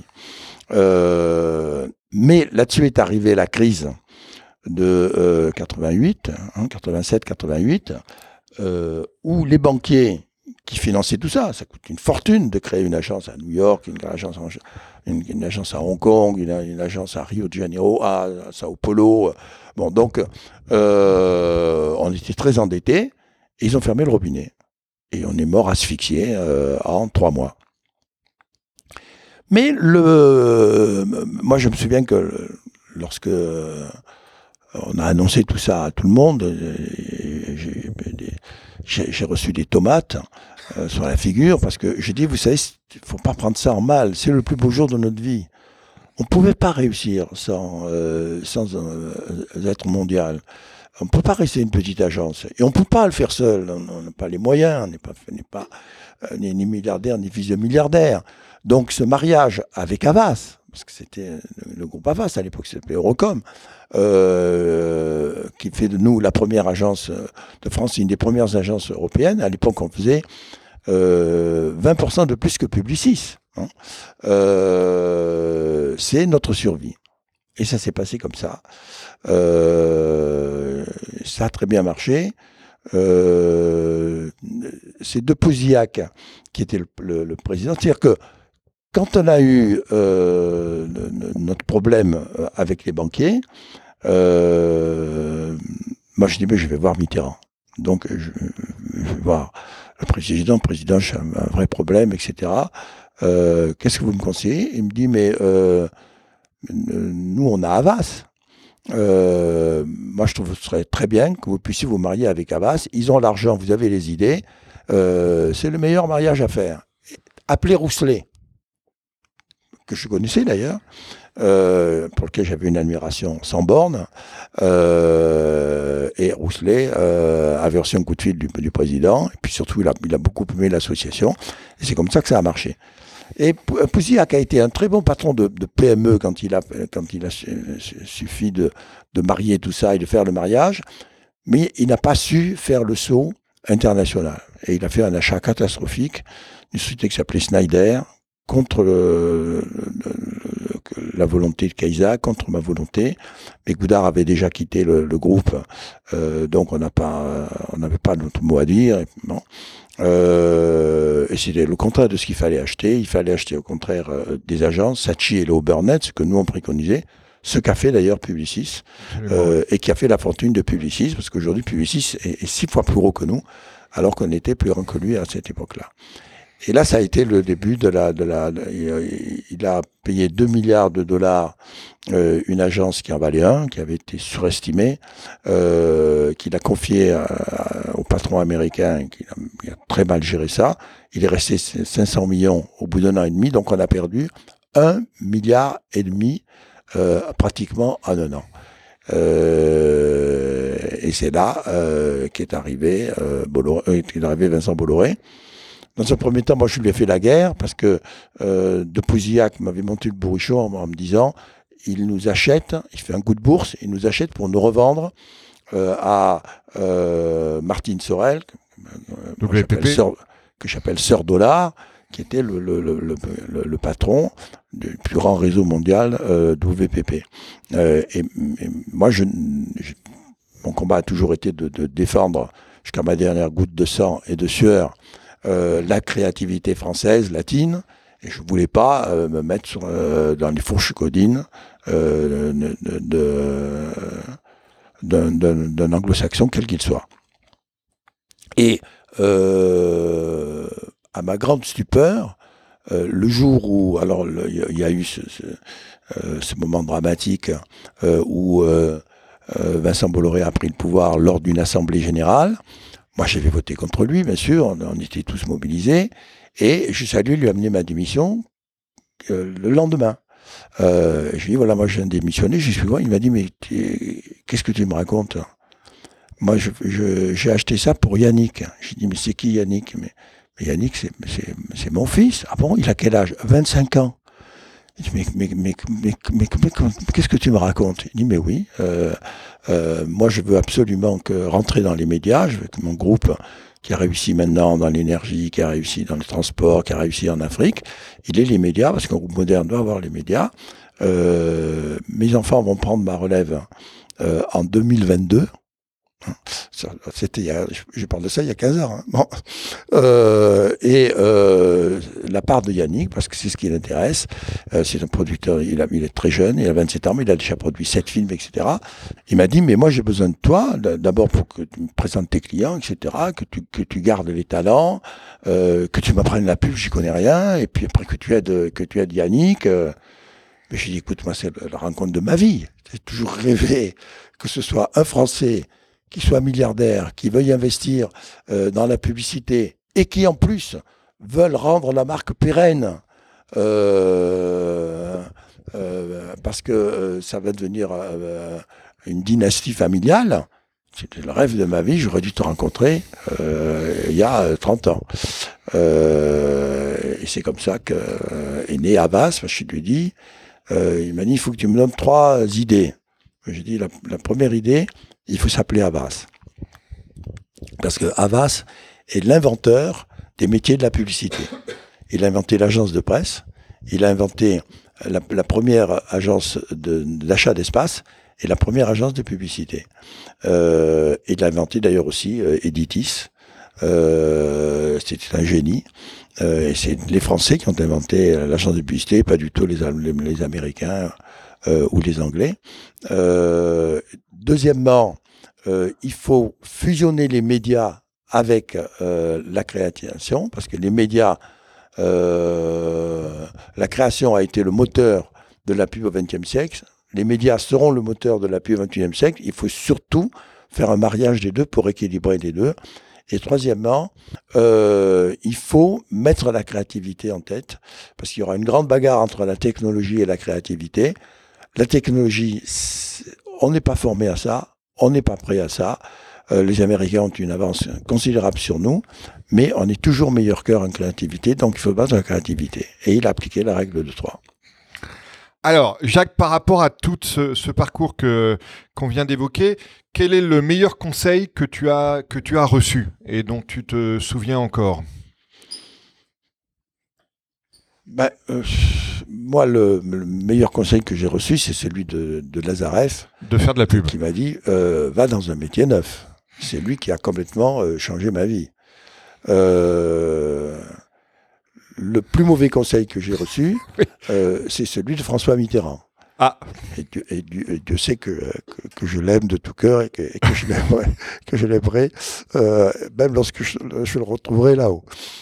Mais là-dessus est arrivée la crise de 87-88, où les banquiers qui finançaient tout ça, ça coûte une fortune de créer une agence à New York, une agence à Hong Kong, une agence à Rio de Janeiro, à Sao Paulo. Bon, donc, on était très endettés, et ils ont fermé le robinet. Et on est mort asphyxié en 3 mois. Mais moi, je me souviens que lorsque on a annoncé tout ça à tout le monde, j'ai reçu des tomates sur la figure, parce que j'ai dit, vous savez, il ne faut pas prendre ça en mal, c'est le plus beau jour de notre vie. On ne pouvait pas réussir sans être mondial. On ne peut pas rester une petite agence. Et on ne peut pas le faire seul. On n'a pas les moyens. On n'est pas ni milliardaire, ni fils de milliardaire. Donc ce mariage avec Havas, parce que c'était le groupe Havas, à l'époque c'était Eurocom, qui fait de nous la première agence de France, une des premières agences européennes. À l'époque, on faisait 20% de plus que Publicis. C'est notre survie. Et ça s'est passé comme ça. Ça a très bien marché. C'est De Pouzillac qui était le président. C'est-à-dire que quand on a eu notre problème avec les banquiers, moi je dis, mais je vais voir Mitterrand. Donc je vais voir le président, j'ai un vrai problème, etc. Qu'est-ce que vous me conseillez? Il me dit, mais nous on a Havas. Moi je trouve que ce serait très bien que vous puissiez vous marier avec Havas. Ils ont l'argent, vous avez les idées. C'est le meilleur mariage à faire. Appelez Rousselet, que je connaissais d'ailleurs, pour lequel j'avais une admiration sans borne. Et Rousselet avait reçu un coup de fil du président, et puis surtout il a beaucoup aimé l'association, et c'est comme ça que ça a marché. Et Pouzillac a été un très bon patron de PME quand il a suffi de marier tout ça et de faire le mariage, mais il n'a pas su faire le saut international. Et il a fait un achat catastrophique d'une société qui s'appelait Schneider, contre la volonté de Caïsa, contre ma volonté. Mais Goudard avait déjà quitté le groupe, donc on n'avait pas notre mot à dire. Et, bon. Et c'était le contraire de ce qu'il fallait acheter. Il fallait acheter au contraire des agences, Saatchi et Léo Burnett, ce que nous on préconisait, ce qu'a fait d'ailleurs Publicis, et qui a fait la fortune de Publicis, parce qu'aujourd'hui Publicis est 6 fois plus gros que nous, alors qu'on était plus grand que lui à cette époque-là. Et là, ça a été le début il a payé 2 milliards de dollars une agence qui en valait un, qui avait été surestimée, qu'il a confié au patron américain, qui a très mal géré ça. Il est resté 500 millions au bout d'1 an et demi, donc on a perdu 1,5 milliard pratiquement en 1 an. Et c'est là qu'est arrivé Vincent Bolloré. Dans un premier temps, moi, je lui ai fait la guerre parce que de Pouzillac m'avait monté le bourrichon en me disant, il nous achète, il fait un coup de bourse, il nous achète pour nous revendre à Martine Sorel, que j'appelle Sœur Dollar, qui était le patron du plus grand réseau mondial d'OVPP. Et moi, mon combat a toujours été de défendre jusqu'à ma dernière goutte de sang et de sueur la créativité française, latine, et je ne voulais pas me mettre dans les fourches codines d'un anglo-saxon, quel qu'il soit. Et à ma grande stupeur, le jour où, alors il y a eu ce moment dramatique où Vincent Bolloré a pris le pouvoir lors d'une assemblée générale. Moi, j'avais voté contre lui, bien sûr, on était tous mobilisés, et je suis allé lui amener ma démission le lendemain. Je lui ai dit, voilà, moi je viens de démissionner, j'y suis loin. Il m'a dit, mais qu'est-ce que tu me racontes? Moi, j'ai acheté ça pour Yannick. J'ai dit, mais c'est qui Yannick? Mais Yannick, c'est mon fils. Ah bon, il a quel âge? 25 ans. Il dit, mais qu'est-ce que tu me racontes? Il dit, mais oui, moi je veux absolument rentrer dans les médias, je veux que mon groupe, qui a réussi maintenant dans l'énergie, qui a réussi dans le transport, qui a réussi en Afrique, il ait les médias, parce qu'un groupe moderne doit avoir les médias. Mes enfants vont prendre ma relève en 2022. Je parle de ça il y a 15 ans. Hein. Bon. La part de Yannick, parce que c'est ce qui l'intéresse, c'est un producteur, il est très jeune, il a 27 ans, mais il a déjà produit 7 films, etc. Il m'a dit, mais moi j'ai besoin de toi, d'abord pour que tu me présentes tes clients, etc., que tu gardes les talents, que tu m'apprennes la pub, j'y connais rien, et puis après que tu aides Yannick. Mais j'ai dit, écoute, moi c'est la rencontre de ma vie. J'ai toujours rêvé que ce soit un Français qui soit milliardaire, qui veuille investir dans la publicité et qui en plus veulent rendre la marque pérenne parce que ça va devenir une dynastie familiale. C'était le rêve de ma vie, j'aurais dû te rencontrer il y a 30 ans. Et c'est comme ça qu'est né Havas. Je lui ai dit, il m'a dit, il faut que tu me donnes 3 idées. J'ai dit, la première idée, il faut s'appeler Havas. Parce que Havas est l'inventeur des métiers de la publicité. Il a inventé l'agence de presse, il a inventé la première agence d'achat d'espace et la première agence de publicité. Il a inventé d'ailleurs aussi Editis. C'était un génie. Et c'est les Français qui ont inventé l'agence de publicité, pas du tout les Américains ou les Anglais. Deuxièmement, il faut fusionner les médias avec la création, parce que les médias, la création a été le moteur de la pub au XXe siècle. Les médias seront le moteur de la pub au XXIe siècle. Il faut surtout faire un mariage des deux pour équilibrer les deux. Et troisièmement, il faut mettre la créativité en tête, parce qu'il y aura une grande bagarre entre la technologie et la créativité. La technologie, on n'est pas formé à ça, on n'est pas prêt à ça. Les Américains ont une avance considérable sur nous, mais on est toujours meilleur qu'eux en créativité, donc il faut battre la créativité. Et il a appliqué la règle de 3. Alors, Jacques, par rapport à tout ce parcours qu'on vient d'évoquer, quel est le meilleur conseil que tu as reçu et dont tu te souviens encore? Moi, le meilleur conseil que j'ai reçu, c'est celui de Lazareff. De faire de la pub. Qui m'a dit, va dans un métier neuf. C'est lui qui a complètement changé ma vie. Le plus mauvais conseil que j'ai reçu, c'est celui de François Mitterrand. Ah. Et Dieu sait que je l'aime de tout cœur et que je l'aimerai, même lorsque je le retrouverai là-haut.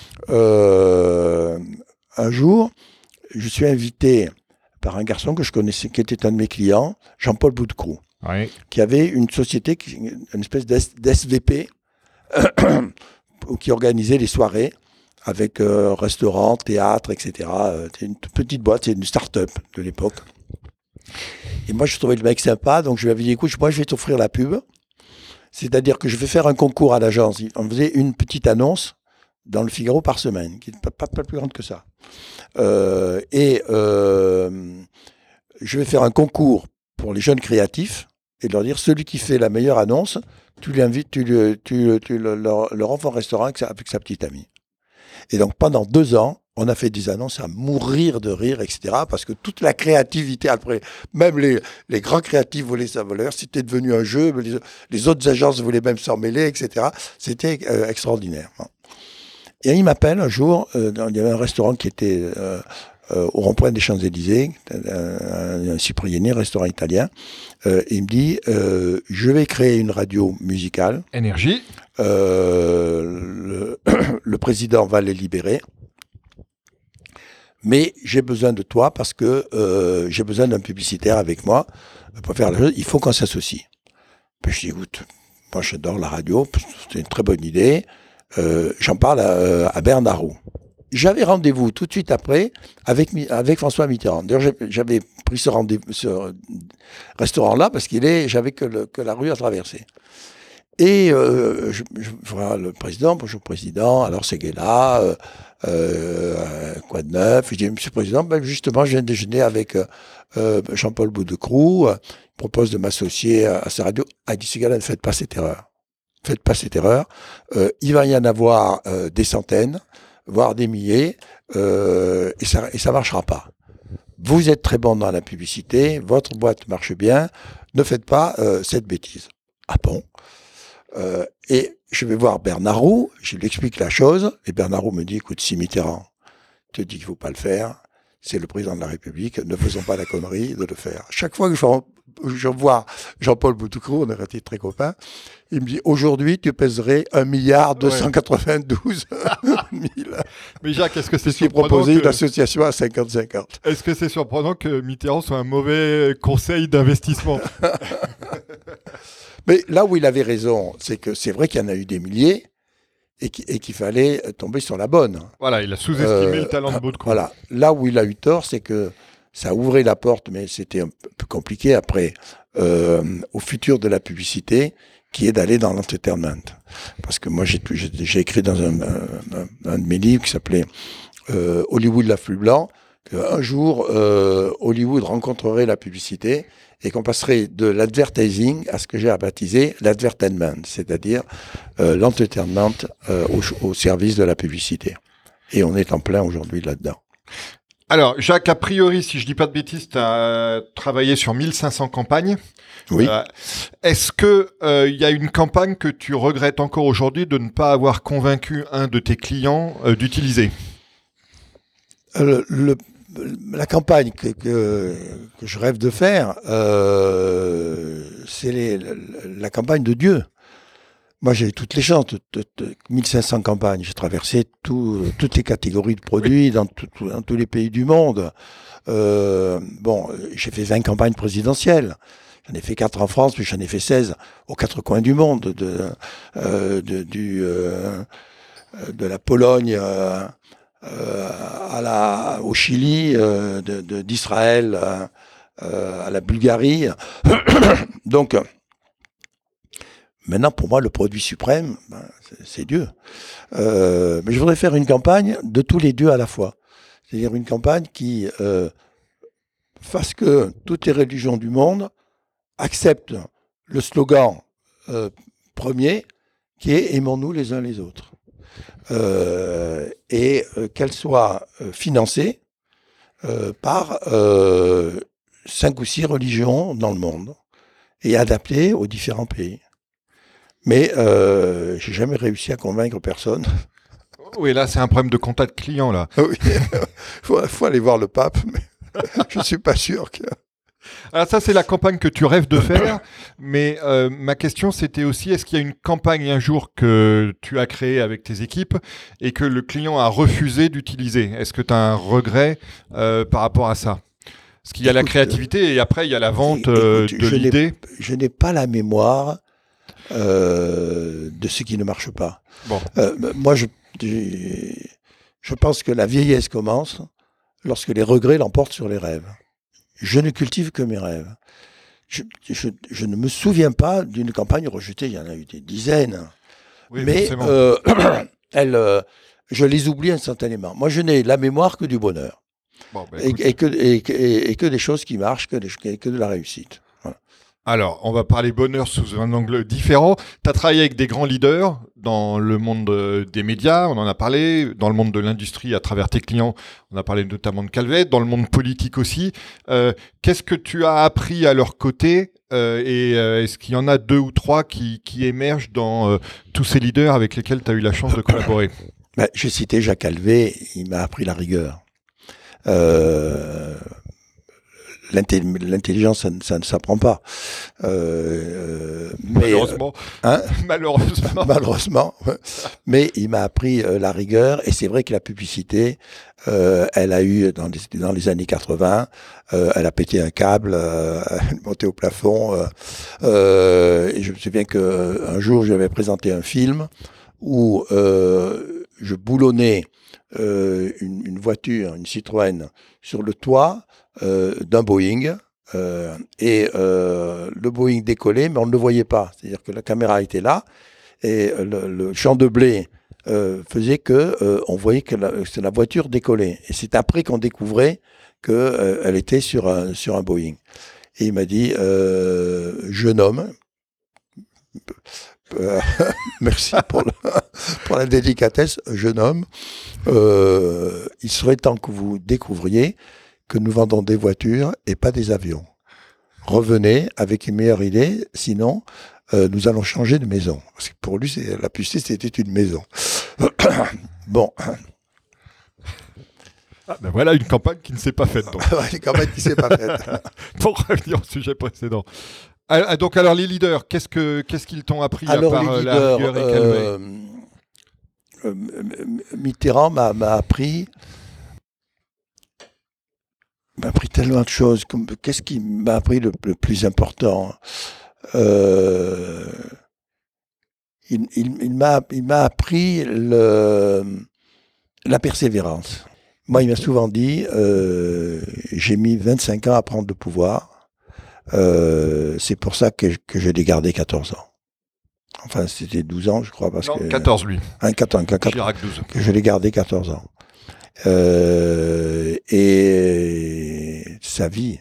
Un jour, je suis invité par un garçon que je connaissais, qui était un de mes clients, Jean-Paul Boudecroux, qui avait une société, une espèce d'SVP, qui organisait les soirées avec restaurants, théâtre, etc. C'est une toute petite boîte, c'est une start-up de l'époque. Et moi, je trouvais le mec sympa, donc je lui avais dit, écoute, moi, je vais t'offrir la pub. C'est-à-dire que je vais faire un concours à l'agence. On faisait une petite annonce dans le Figaro par semaine, qui n'est pas plus grande que ça. Je vais faire un concours pour les jeunes créatifs et leur dire, celui qui fait la meilleure annonce, tu l'invites, tu le renvoies au restaurant avec sa petite amie. Et donc, pendant 2 ans, on a fait des annonces à mourir de rire, etc. Parce que toute la créativité, après, même les grands créatifs voulaient sa valeur, c'était devenu un jeu, les autres agences voulaient même s'en mêler, etc. C'était extraordinaire. Et il m'appelle un jour, il y avait un restaurant qui était au rond-point des Champs-Élysées, un Cipriani, un restaurant italien, et il me dit, je vais créer une radio musicale. Énergie. Le président va les libérer. Mais j'ai besoin de toi parce que j'ai besoin d'un publicitaire avec moi pour faire la chose. Il faut qu'on s'associe. Puis je dis, écoute, moi j'adore la radio, c'est une très bonne idée. J'en parle à Bernard Roux. J'avais rendez-vous tout de suite après avec François Mitterrand. D'ailleurs, j'avais pris ce restaurant-là parce j'avais que la rue à traverser. Et je vois le président, bonjour président, alors c'est Guéla, quoi de neuf? Je dis, monsieur le président, ben justement, je viens de déjeuner avec Jean-Paul Boudecroux, il propose de m'associer à sa radio. Ah, il dit, c'est Guéla, ne faites pas cette erreur. Faites pas cette erreur. Il va y en avoir des centaines, voire des milliers, et ça marchera pas. Vous êtes très bon dans la publicité, votre boîte marche bien, ne faites pas cette bêtise. Ah bon? Et je vais voir Bernard Roux, je lui explique la chose, et Bernard Roux me dit, écoute, si Mitterrand te dit qu'il ne faut pas le faire, c'est le président de la République, ne faisons pas la connerie de le faire. Chaque fois que je vois Jean-Paul Boudecroux, on est restés très copains, il me dit, aujourd'hui, tu pèserais 1,292 milliard. Mais Jacques, est-ce que c'est qui proposé une association à 50-50. Est-ce que c'est surprenant que Mitterrand soit un mauvais conseil d'investissement? Mais là où il avait raison, c'est que c'est vrai qu'il y en a eu des milliers et qu'il fallait tomber sur la bonne. Voilà, il a sous-estimé le talent de Boudecroux. Voilà. Là où il a eu tort, c'est que ça ouvrait la porte, mais c'était un peu compliqué après, au futur de la publicité, qui est d'aller dans l'entertainment. Parce que moi, j'ai écrit dans un de mes livres qui s'appelait Hollywood la plus blanc, qu'un jour, Hollywood rencontrerait la publicité et qu'on passerait de l'advertising à ce que j'ai baptisé l'advertainment, c'est-à-dire l'entertainment au service de la publicité. Et on est en plein aujourd'hui là-dedans. Alors, Jacques, a priori, si je dis pas de bêtises, tu as travaillé sur 1500 campagnes. Oui. Est-ce que y a une campagne que tu regrettes encore aujourd'hui de ne pas avoir convaincu un de tes clients d'utiliser? La campagne que je rêve de faire, c'est la campagne de Dieu. Moi, j'ai toutes les chances, 1500 campagnes. J'ai traversé toutes les catégories de produits dans tous les pays du monde. J'ai fait 20 campagnes présidentielles. J'en ai fait 4 en France, puis j'en ai fait 16 aux 4 coins du monde, de la Pologne au Chili, d'Israël à la Bulgarie. Donc, maintenant, pour moi, le produit suprême, c'est Dieu. Mais je voudrais faire une campagne de tous les dieux à la fois. C'est-à-dire une campagne qui fasse que toutes les religions du monde acceptent le slogan premier qui est « Aimons-nous les uns les autres ». Et qu'elle soit financée par 5 ou 6 religions dans le monde et adaptée aux différents pays. Mais j'ai jamais réussi à convaincre personne. Oui, là, c'est un problème de contact client, là. Oui, faut aller voir le pape, mais je suis pas sûr que... Alors ça, c'est la campagne que tu rêves de faire, mais ma question, c'était aussi, est-ce qu'il y a une campagne un jour que tu as créée avec tes équipes et que le client a refusé d'utiliser? Est-ce que tu as un regret par rapport à ça? Parce qu'il y a la créativité et après, il y a la vente de l'idée. Je n'ai pas la mémoire de ce qui ne marche pas. Bon. Moi, je pense que la vieillesse commence lorsque les regrets l'emportent sur les rêves. Je ne cultive que mes rêves. Je ne me souviens pas d'une campagne rejetée, il y en a eu des dizaines. Oui, mais je les oublie instantanément. Moi, je n'ai la mémoire que du bonheur. Bon, et que des choses qui marchent, que de la réussite. Voilà. Alors, on va parler bonheur sous un angle différent. Tu as travaillé avec des grands leaders dans le monde des médias, on en a parlé, dans le monde de l'industrie à travers tes clients, on a parlé notamment de Calvet, dans le monde politique aussi. Qu'est-ce que tu as appris à leur côté et est-ce qu'il y en a 2 ou 3 qui émergent dans tous ces leaders avec lesquels tu as eu la chance de collaborer? J'ai cité Jacques Calvet, il m'a appris la rigueur. L'intelligence, ça ne s'apprend pas. Malheureusement. Malheureusement. Mais il m'a appris la rigueur, et c'est vrai que la publicité, elle a eu, dans les années 80, elle a pété un câble, elle est montée au plafond. Et je me souviens qu'un jour, j'avais présenté un film où je boulonnais une voiture, une Citroën, sur le toit d'un Boeing, et le Boeing décollait, mais on ne le voyait pas. C'est-à-dire que la caméra était là, et le champ de blé faisait on voyait que la voiture décollait. Et c'est après qu'on découvrait qu'elle était sur un Boeing. Et il m'a dit, jeune homme, merci pour la délicatesse, jeune homme, il serait temps que vous découvriez que nous vendons des voitures et pas des avions. Revenez avec une meilleure idée, sinon nous allons changer de maison. Parce que pour lui, la publicité, c'était une maison. Bon. Ah ben voilà une campagne qui ne s'est pas faite. Donc. Une campagne qui ne s'est pas faite. Pour revenir au sujet précédent. Donc alors les leaders, qu'est-ce qu'ils t'ont appris à part la rigueur et Calvet? Mitterrand m'a appris tellement de choses. Qu'est-ce qui m'a appris le plus important? Il m'a appris la persévérance. Moi, il m'a souvent dit, j'ai mis 25 ans à prendre le pouvoir. C'est pour ça que je l'ai gardé 14 ans. Enfin, c'était 12 ans, je crois. Parce non, que, 14, lui. 14, Chirac, 12. Que je l'ai gardé 14 ans. Et sa vie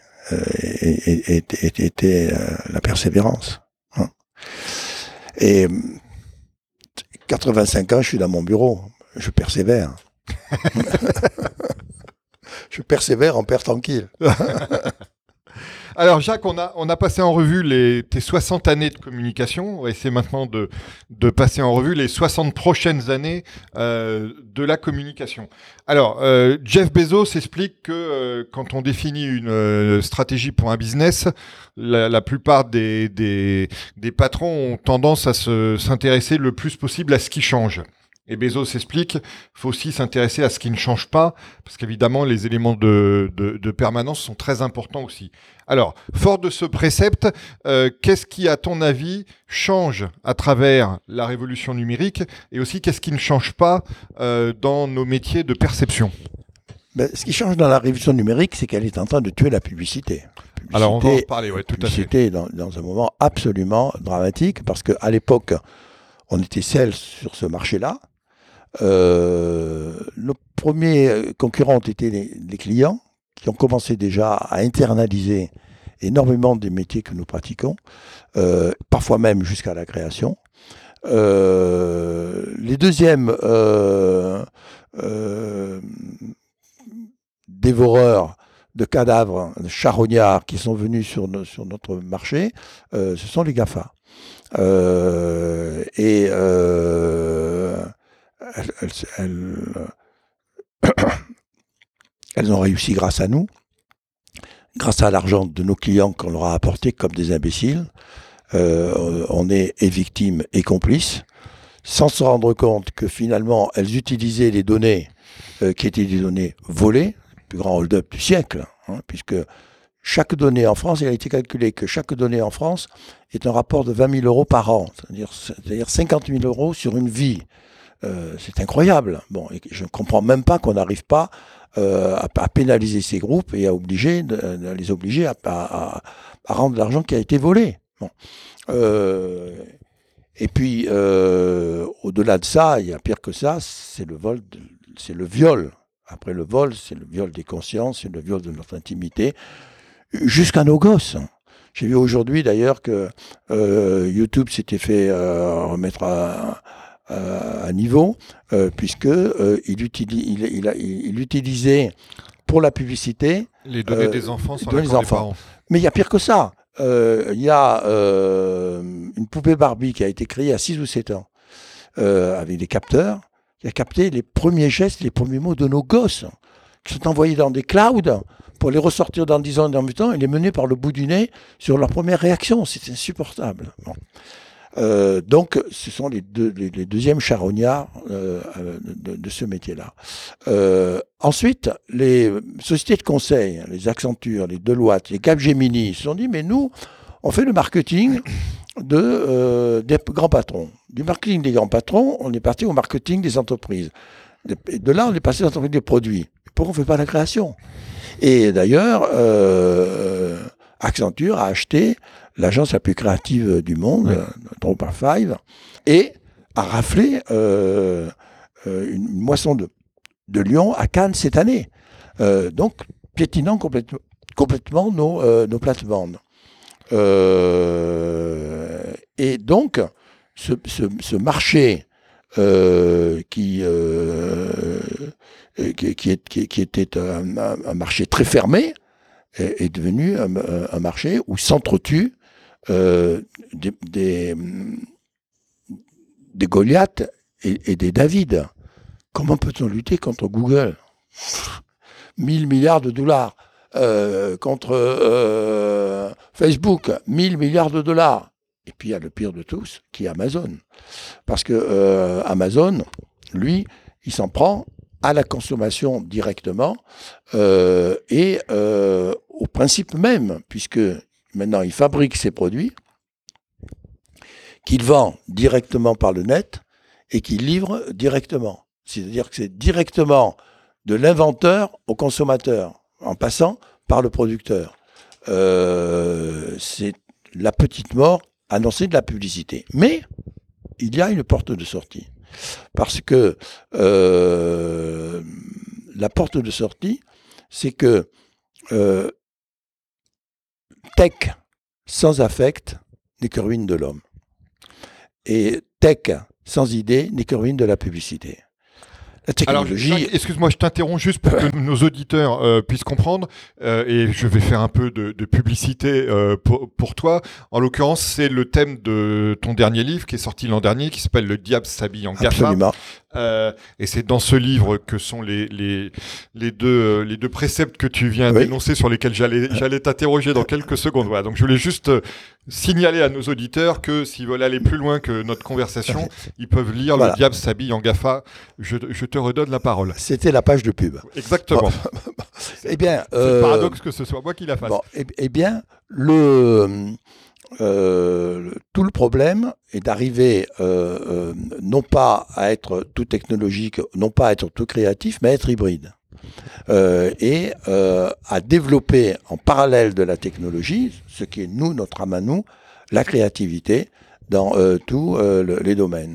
était la persévérance. Hein. Et 85 ans, je suis dans mon bureau. Je persévère. Je persévère en père tranquille. Alors Jacques, on a passé en revue tes 60 années de communication. On va essayer maintenant de passer en revue les 60 prochaines années de la communication. Alors, Jeff Bezos explique que quand on définit une stratégie pour un business, la plupart des patrons ont tendance à s'intéresser le plus possible à ce qui change. Et Bezos explique, il faut aussi s'intéresser à ce qui ne change pas, parce qu'évidemment, les éléments de permanence sont très importants aussi. Alors, fort de ce précepte, qu'est-ce qui, à ton avis, change à travers la révolution numérique, et aussi qu'est-ce qui ne change pas dans nos métiers de perception? Ce qui change dans la révolution numérique, c'est qu'elle est en train de tuer la publicité. Alors, on va en reparler, oui, tout à fait. Publicité dans un moment absolument dramatique, parce qu'à l'époque, on était seuls sur ce marché-là. Nos premiers concurrents ont été les clients qui ont commencé déjà à internaliser énormément des métiers que nous pratiquons, parfois même jusqu'à la création. Les deuxièmes dévoreurs de cadavres, de charognards qui sont venus sur notre marché, ce sont les GAFA. Elles ont réussi grâce à nous. grâce à l'argent de nos clients qu'on leur a apporté comme des imbéciles, on est et victime et complice, sans se rendre compte que finalement, elles utilisaient les données qui étaient des données volées, le plus grand hold-up du siècle, puisque chaque donnée en France, il a été calculé que chaque donnée en France est un rapport de 20 000 euros par an, c'est-à-dire 50 000 euros sur une vie. C'est incroyable. Bon, et je ne comprends même pas qu'on n'arrive pas à pénaliser ces groupes et à les obliger à rendre l'argent qui a été volé. Bon. Et puis, au-delà de ça, il y a pire que ça, c'est le viol. Après le vol, c'est le viol des consciences, c'est le viol de notre intimité, jusqu'à nos gosses. J'ai vu aujourd'hui d'ailleurs que YouTube s'était fait remettre à niveau, puisque il utilisait pour la publicité les données des enfants sur les enfants. Mais il y a pire que ça. Il y a une poupée Barbie qui a été créée à 6 ou 7 ans avec des capteurs qui a capté les premiers gestes, les premiers mots de nos gosses qui sont envoyés dans des clouds pour les ressortir dans 10 ans et dans 8 ans et les mener par le bout du nez sur leur première réaction. C'est insupportable. Bon. Donc, ce sont les deuxièmes charognards de ce métier-là. Ensuite, les sociétés de conseil, les Accenture, les Deloitte, les Capgemini, se sont dit, mais nous, on fait le marketing des grands patrons. Du marketing des grands patrons, on est parti au marketing des entreprises. De là, on est passé à l'entreprise des produits. Pourquoi on ne fait pas la création ? Et d'ailleurs, Accenture a acheté l'agence la plus créative du monde, Drop 5, et a raflé une moisson de lions à Cannes cette année. Donc, piétinant complètement nos plates-bandes. Et donc, ce marché qui était un marché très fermé est devenu un marché où s'entretuent des Goliaths et des David. Comment peut-on lutter contre Google ? 1000 milliards de dollars. Contre Facebook, 1000 milliards de dollars. Et puis il y a le pire de tous, qui est Amazon. Parce que Amazon, lui, il s'en prend à la consommation directement et au principe même, puisque maintenant il fabrique ses produits, qu'il vend directement par le net et qu'il livre directement. C'est-à-dire que c'est directement de l'inventeur au consommateur, en passant par le producteur. C'est la petite mort annoncée de la publicité. Mais il y a une porte de sortie. Parce que la porte de sortie, c'est que tech sans affect n'est que ruine de l'homme. Et tech sans idée n'est que ruine de la publicité. La technologie... Alors, excuse-moi, je t'interromps juste pour que nos auditeurs puissent comprendre, et je vais faire un peu de publicité pour toi. En l'occurrence, c'est le thème de ton dernier livre qui est sorti l'an dernier, qui s'appelle Le diable s'habille en GAFA. Absolument. Et c'est dans ce livre que sont les deux préceptes que tu viens d'énoncer, sur lesquels j'allais t'interroger dans quelques secondes. Voilà. Donc je voulais juste signaler à nos auditeurs que s'ils veulent aller plus loin que notre conversation, ils peuvent lire Le diable s'habille en GAFA. Je te redonne la parole. C'était la page de pub. Exactement. Bon. Eh bien, c'est le paradoxe que ce soit moi qui la fasse. Bon, eh bien, tout le problème est d'arriver non pas à être tout technologique, non pas à être tout créatif, mais à être hybride. Et à développer en parallèle de la technologie, ce qui est notre âme à nous, la créativité dans tous les domaines.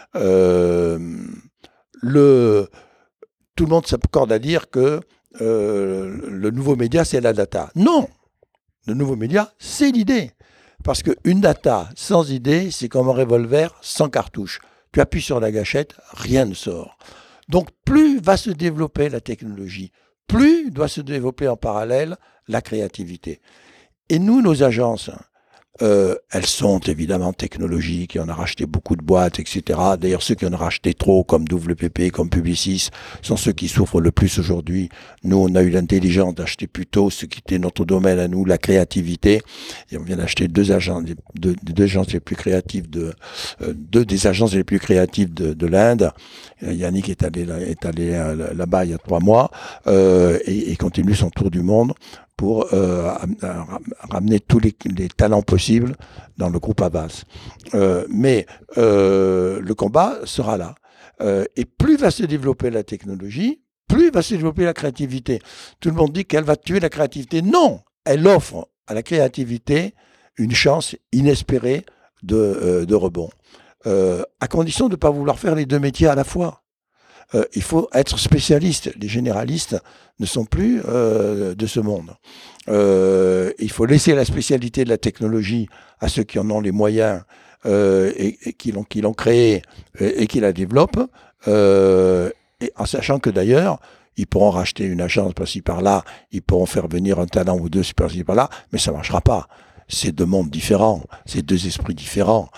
Tout le monde s'accorde à dire que le nouveau média, c'est la data. Non! Le nouveau média, c'est l'idée. Parce qu'une data sans idée, c'est comme un revolver sans cartouche. Tu appuies sur la gâchette, rien ne sort. Donc, plus va se développer la technologie, plus doit se développer en parallèle la créativité. Et nous, nos agences, Elles sont évidemment technologiques, et on a racheté beaucoup de boîtes, etc. D'ailleurs, ceux qui en ont racheté trop, comme WPP, comme Publicis, sont ceux qui souffrent le plus aujourd'hui. Nous, on a eu l'intelligence d'acheter plutôt ce qui était notre domaine à nous, la créativité. Et on vient d'acheter deux agences les plus créatives deux des agences les plus créatives de l'Inde. Yannick est allé là-bas il y a 3 mois, et continue son tour du monde pour ramener tous les talents possibles dans le groupe Havas. Mais le combat sera là. Et plus va se développer la technologie, plus va se développer la créativité. Tout le monde dit qu'elle va tuer la créativité. Non, elle offre à la créativité une chance inespérée de rebond. À condition de ne pas vouloir faire les 2 métiers à la fois. Il faut être spécialiste. Les généralistes ne sont plus de ce monde. Il faut laisser la spécialité de la technologie à ceux qui en ont les moyens et qui l'ont créée et qui la développent, et en sachant que d'ailleurs, ils pourront racheter une agence par-ci par-là, ils pourront faire venir un talent ou 2 par-ci par-là, mais ça ne marchera pas. C'est 2 mondes différents, c'est 2 esprits différents.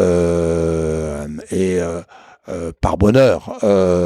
Par bonheur,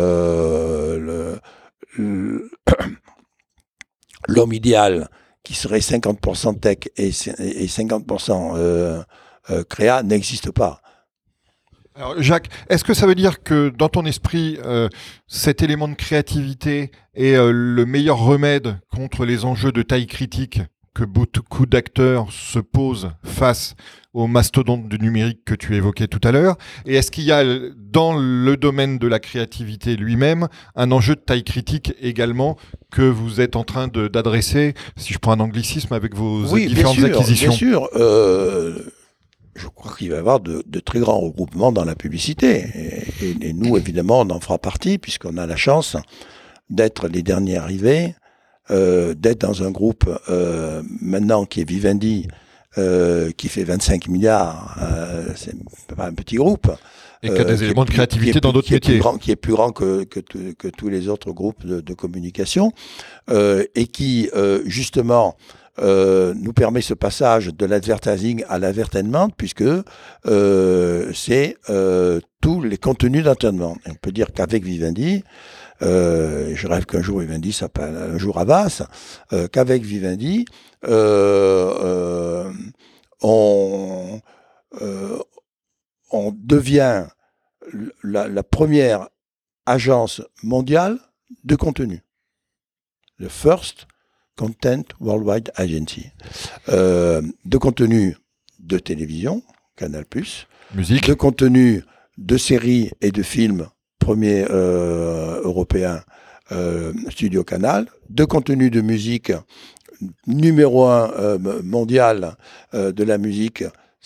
l'homme idéal qui serait 50% tech et 50% créa n'existe pas. Alors Jacques, est-ce que ça veut dire que dans ton esprit, cet élément de créativité est le meilleur remède contre les enjeux de taille critique que beaucoup d'acteurs se posent face aux mastodontes du numérique que tu évoquais tout à l'heure? Et est-ce qu'il y a dans le domaine de la créativité lui-même un enjeu de taille critique également que vous êtes en train d'adresser, si je prends un anglicisme, avec vos différentes acquisitions? Bien sûr. Je crois qu'il va y avoir de très grands regroupements dans la publicité. Et nous, évidemment, on en fera partie, puisqu'on a la chance d'être les derniers arrivés, d'être dans un groupe maintenant qui est Vivendi, qui fait 25 milliards, c'est pas un petit groupe. Et qui a des éléments de créativité dans d'autres métiers. Qui est plus grand que tous les autres groupes de communication, et qui, justement, nous permet ce passage de l'advertising à l'avertainment, puisque c'est tous les contenus d'entraînement. On peut dire qu'avec Vivendi, je rêve qu'un jour Vivendi s'appelle un jour Havas, qu'avec Vivendi, on devient la première agence mondiale de contenu. Le First Content Worldwide Agency. De contenu de télévision, Canal+, musique, de contenu de séries et de films, premier européen, Studio Canal, de contenu de musique, numéro 1 mondial de la musique,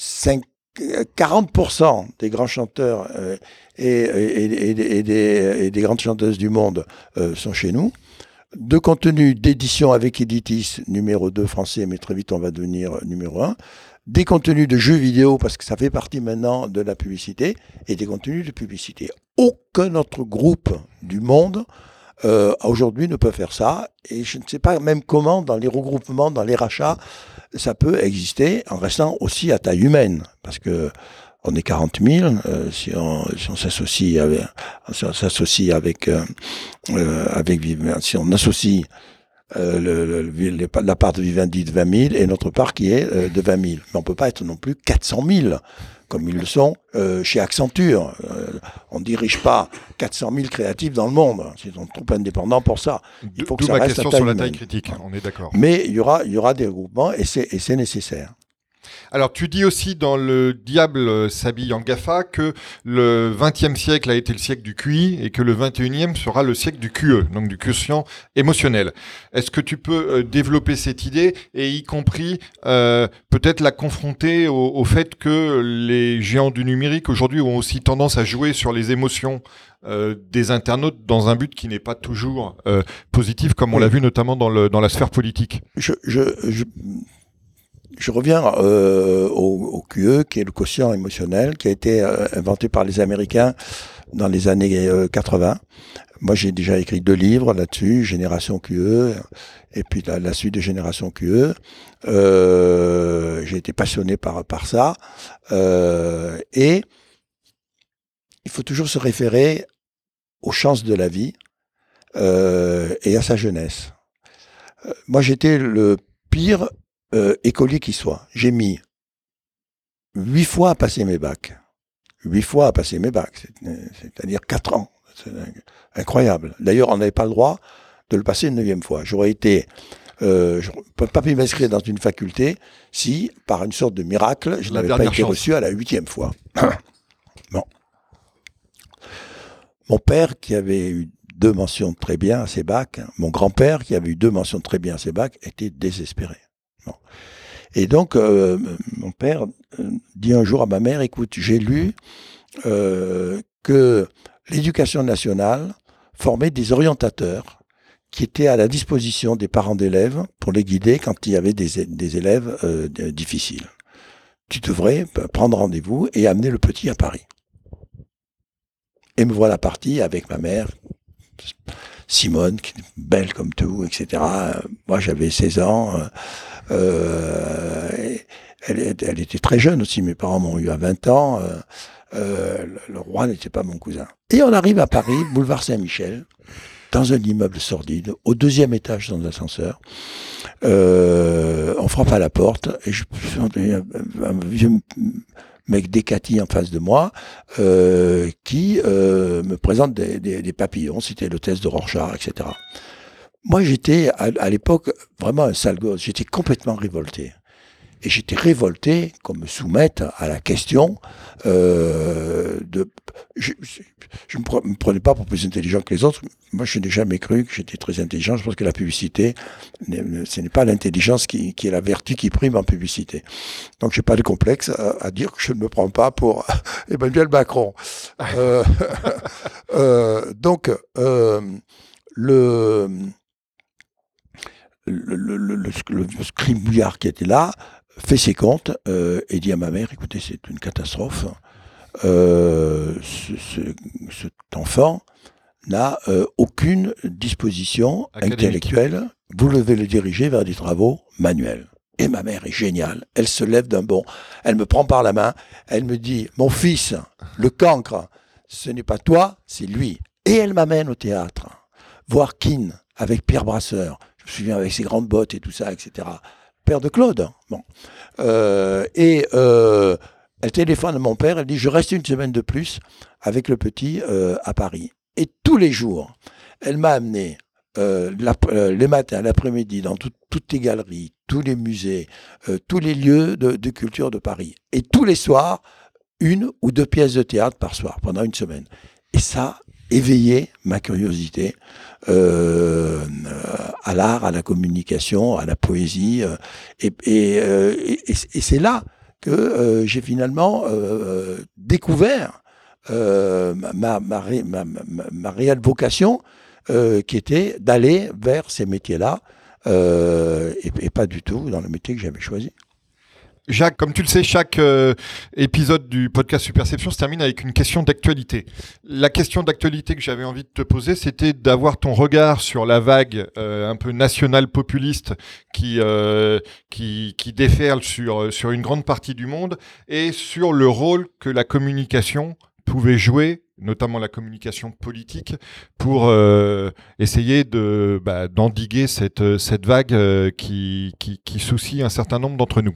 40% des grands chanteurs et des grandes chanteuses du monde sont chez nous. De contenu d'édition avec Editis, numéro 2 français, mais très vite on va devenir numéro 1. Des contenus de jeux vidéo, parce que ça fait partie maintenant de la publicité, et des contenus de publicité. Aucun autre groupe du monde aujourd'hui ne peut faire ça, et je ne sais pas même comment, dans les regroupements, dans les rachats, ça peut exister en restant aussi à taille humaine, parce que on est 40 000, si on s'associe avec si on associe la part de Vivendi de 20 000 et notre part qui est de 20 000. Mais on ne peut pas être non plus 400 000, comme ils le sont chez Accenture. On ne dirige pas 400 000 créatifs dans le monde. Ils sont trop indépendants pour ça. Il faut que ça reste à taille humaine. La taille critique, on est d'accord. Mais il y aura des regroupements et c'est nécessaire. Alors, tu dis aussi dans Le Diable s'habille en GAFA que le XXe siècle a été le siècle du QI et que le XXIe sera le siècle du QE, donc du quotient émotionnel. Est-ce que tu peux développer cette idée et y compris peut-être la confronter au fait que les géants du numérique aujourd'hui ont aussi tendance à jouer sur les émotions des internautes dans un but qui n'est pas toujours positif, comme on l'a vu notamment dans la sphère politique? Je reviens au QE, qui est le quotient émotionnel, qui a été inventé par les Américains dans les années 80. Moi, j'ai déjà écrit 2 livres là-dessus, Génération QE, et puis la suite de Génération QE. J'ai été passionné par ça. Et il faut toujours se référer aux chances de la vie et à sa jeunesse. Moi, j'étais le pire écolier qui soit. J'ai mis 8 fois à passer mes bacs. 8 fois à passer mes bacs, c'est-à-dire 4 ans. C'est incroyable. D'ailleurs, on n'avait pas le droit de le passer une 9e fois. J'aurais été... je ne peux pas pu m'inscrire dans une faculté si, par une sorte de miracle, je n'avais pas été reçu à la 8e fois. Bon. Mon père, qui avait eu 2 mentions très bien à ses bacs, mon grand-père, qui avait eu 2 mentions très bien à ses bacs, était désespéré. Bon. Et donc, mon père dit un jour à ma mère, écoute, j'ai lu que l'éducation nationale formait des orientateurs qui étaient à la disposition des parents d'élèves pour les guider quand il y avait des élèves difficiles. Tu devrais prendre rendez-vous et amener le petit à Paris. Et me voilà parti avec ma mère, Simone, qui est belle comme tout, etc. Moi, j'avais 16 ans. Elle était très jeune aussi. Mes parents m'ont eu à 20 ans. Le roi n'était pas mon cousin. Et on arrive à Paris, boulevard Saint-Michel, dans un immeuble sordide, au 2e étage dans l'ascenseur. On frappe à la porte et je sens un vieux mec décati en face de moi qui me présente des papillons. C'était le test de Rorschach, etc. Moi, j'étais à l'époque vraiment un sale gosse. J'étais complètement révolté. Et j'étais révolté qu'on me soumette à la question de... Je ne me prenais pas pour plus intelligent que les autres. Moi, je n'ai jamais cru que j'étais très intelligent. Je pense que la publicité, ce n'est pas l'intelligence qui est la vertu qui prime en publicité. Donc, je n'ai pas de complexe à dire que je ne me prends pas pour Emmanuel Macron. Donc, le scribouillard qui était là fait ses comptes et dit à ma mère, écoutez, c'est une catastrophe. Cet enfant n'a aucune disposition intellectuelle. Vous devez le diriger vers des travaux manuels. Et ma mère est géniale. Elle se lève d'un bond. Elle me prend par la main. Elle me dit, mon fils, le cancre, ce n'est pas toi, c'est lui. Et elle m'amène au théâtre, voir Keane avec Pierre Brasseur. Je me souviens avec ses grandes bottes et tout ça, etc. Père de Claude. Bon. Elle téléphone à mon père, elle dit, je reste une semaine de plus avec le petit à Paris. Et tous les jours, elle m'a amené les matins, l'après-midi, dans toutes les galeries, tous les musées, tous les lieux de culture de Paris. Et tous les soirs, 1 ou 2 pièces de théâtre par soir, pendant une semaine. Et ça éveillé ma curiosité à l'art, à la communication, à la poésie. Et c'est là que j'ai finalement découvert ma réelle vocation, qui était d'aller vers ces métiers-là, et pas du tout dans le métier que j'avais choisi. Jacques, comme tu le sais, chaque épisode du podcast Superception se termine avec une question d'actualité. La question d'actualité que j'avais envie de te poser, c'était d'avoir ton regard sur la vague un peu nationale populiste qui déferle sur une grande partie du monde et sur le rôle que la communication pouvait jouer, notamment la communication politique, pour essayer d'endiguer cette vague qui soucie un certain nombre d'entre nous.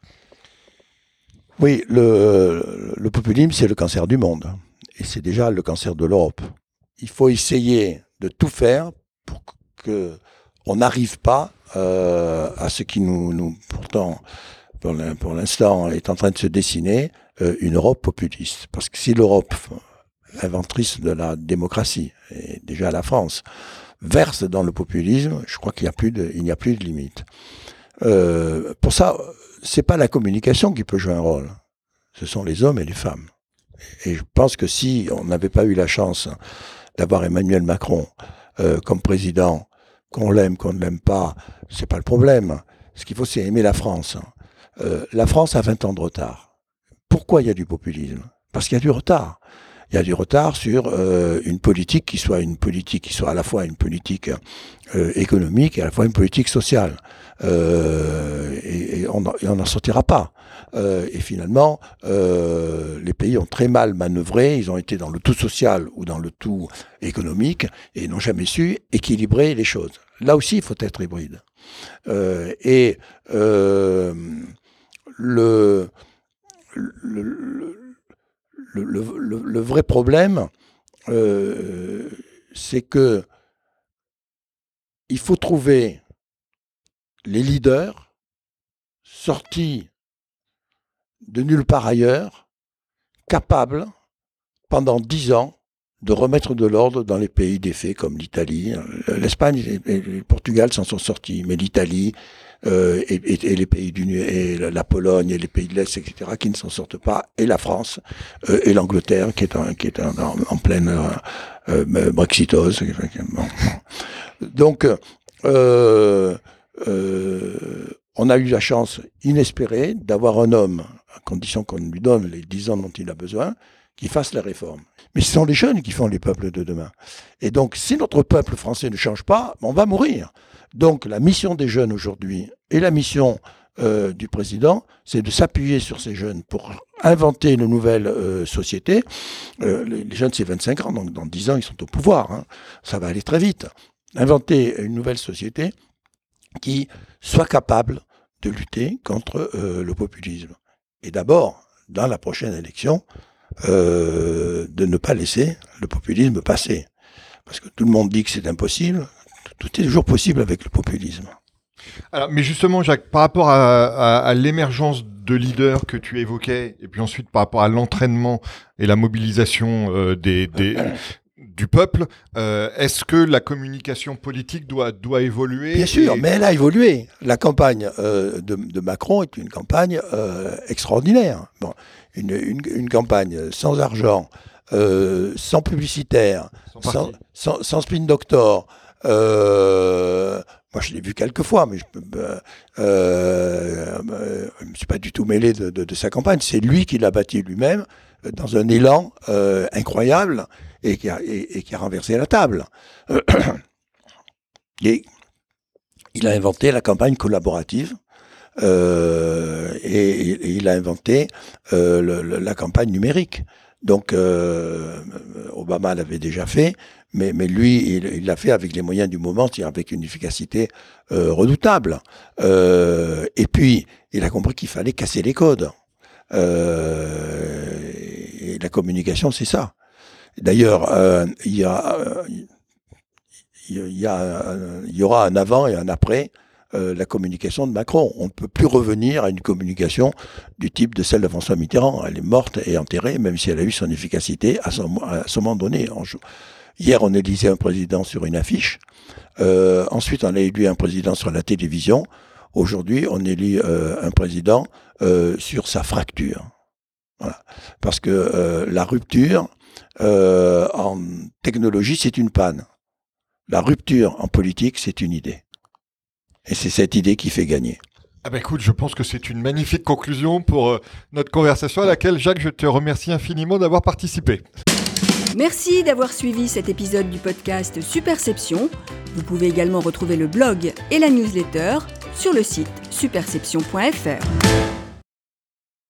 Oui, le populisme, c'est le cancer du monde. Et c'est déjà le cancer de l'Europe. Il faut essayer de tout faire pour qu'on n'arrive pas à ce qui nous pourtant, pour l'instant, est en train de se dessiner, une Europe populiste. Parce que si l'Europe, inventrice de la démocratie, et déjà la France, verse dans le populisme, je crois qu'il n'y a plus de limite. Pour ça, c'est pas la communication qui peut jouer un rôle. Ce sont les hommes et les femmes. Et je pense que si on n'avait pas eu la chance d'avoir Emmanuel Macron comme président, qu'on l'aime, qu'on ne l'aime pas, c'est pas le problème. Ce qu'il faut, c'est aimer la France. La France a 20 ans de retard. Pourquoi il y a du populisme ? Parce qu'il y a du retard. il y a du retard sur une politique qui soit à la fois une politique économique et à la fois une politique sociale. Et on n'en sortira pas. Et finalement, les pays ont très mal manœuvré. Ils ont été dans le tout social ou dans le tout économique et n'ont jamais su équilibrer les choses. Là aussi, il faut être hybride. Le vrai problème, c'est que il faut trouver les leaders sortis de nulle part ailleurs, capables, pendant 10 ans, de remettre de l'ordre dans les pays des faits comme l'Italie. L'Espagne et le Portugal s'en sont sortis, mais l'Italie et les pays et la Pologne et les pays de l'Est, etc., qui ne s'en sortent pas, et la France et l'Angleterre qui est en pleine brexitose. Donc, on a eu la chance inespérée d'avoir un homme, à condition qu'on lui donne les 10 ans dont il a besoin, qui fasse les réformes. Mais ce sont les jeunes qui font les peuples de demain. Et donc, si notre peuple français ne change pas, on va mourir. Donc, la mission des jeunes aujourd'hui et la mission du président, c'est de s'appuyer sur ces jeunes pour inventer une nouvelle société. Les jeunes, c'est 25 ans, donc dans 10 ans, ils sont au pouvoir. Hein. Ça va aller très vite. Inventer une nouvelle société qui soit capable de lutter contre le populisme. Et d'abord, dans la prochaine élection, de ne pas laisser le populisme passer. Parce que tout le monde dit que c'est impossible. Tout est toujours possible avec le populisme. Alors, mais justement, Jacques, par rapport à l'émergence de leaders que tu évoquais, et puis ensuite par rapport à l'entraînement et la mobilisation du peuple, est-ce que la communication politique doit évoluer? Bien sûr, mais elle a évolué. La campagne de Macron est une campagne extraordinaire. Bon, une campagne sans argent, sans publicitaire, sans spin doctor. Moi, je l'ai vu quelques fois, mais je me suis pas du tout mêlé de sa campagne. C'est lui qui l'a bâti lui-même dans un élan incroyable et qui a renversé la table. Et il a inventé la campagne collaborative et il a inventé la campagne numérique. Donc, Obama l'avait déjà fait, mais lui, il l'a fait avec les moyens du moment, c'est-à-dire avec une efficacité redoutable. Et puis, il a compris qu'il fallait casser les codes. Et la communication, c'est ça. D'ailleurs, il y aura un avant et un après la communication de Macron. On ne peut plus revenir à une communication du type de celle de François Mitterrand. Elle est morte et enterrée, même si elle a eu son efficacité à ce moment donné. Hier, on élisait un président sur une affiche. Ensuite, on a élu un président sur la télévision. Aujourd'hui, on élit un président sur sa fracture. Voilà. Parce que la rupture en technologie, c'est une panne. La rupture en politique, c'est une idée. Et c'est cette idée qui fait gagner. Ah bah écoute, je pense que c'est une magnifique conclusion pour notre conversation à laquelle, Jacques, je te remercie infiniment d'avoir participé. Merci d'avoir suivi cet épisode du podcast Superception. Vous pouvez également retrouver le blog et la newsletter sur le site superception.fr.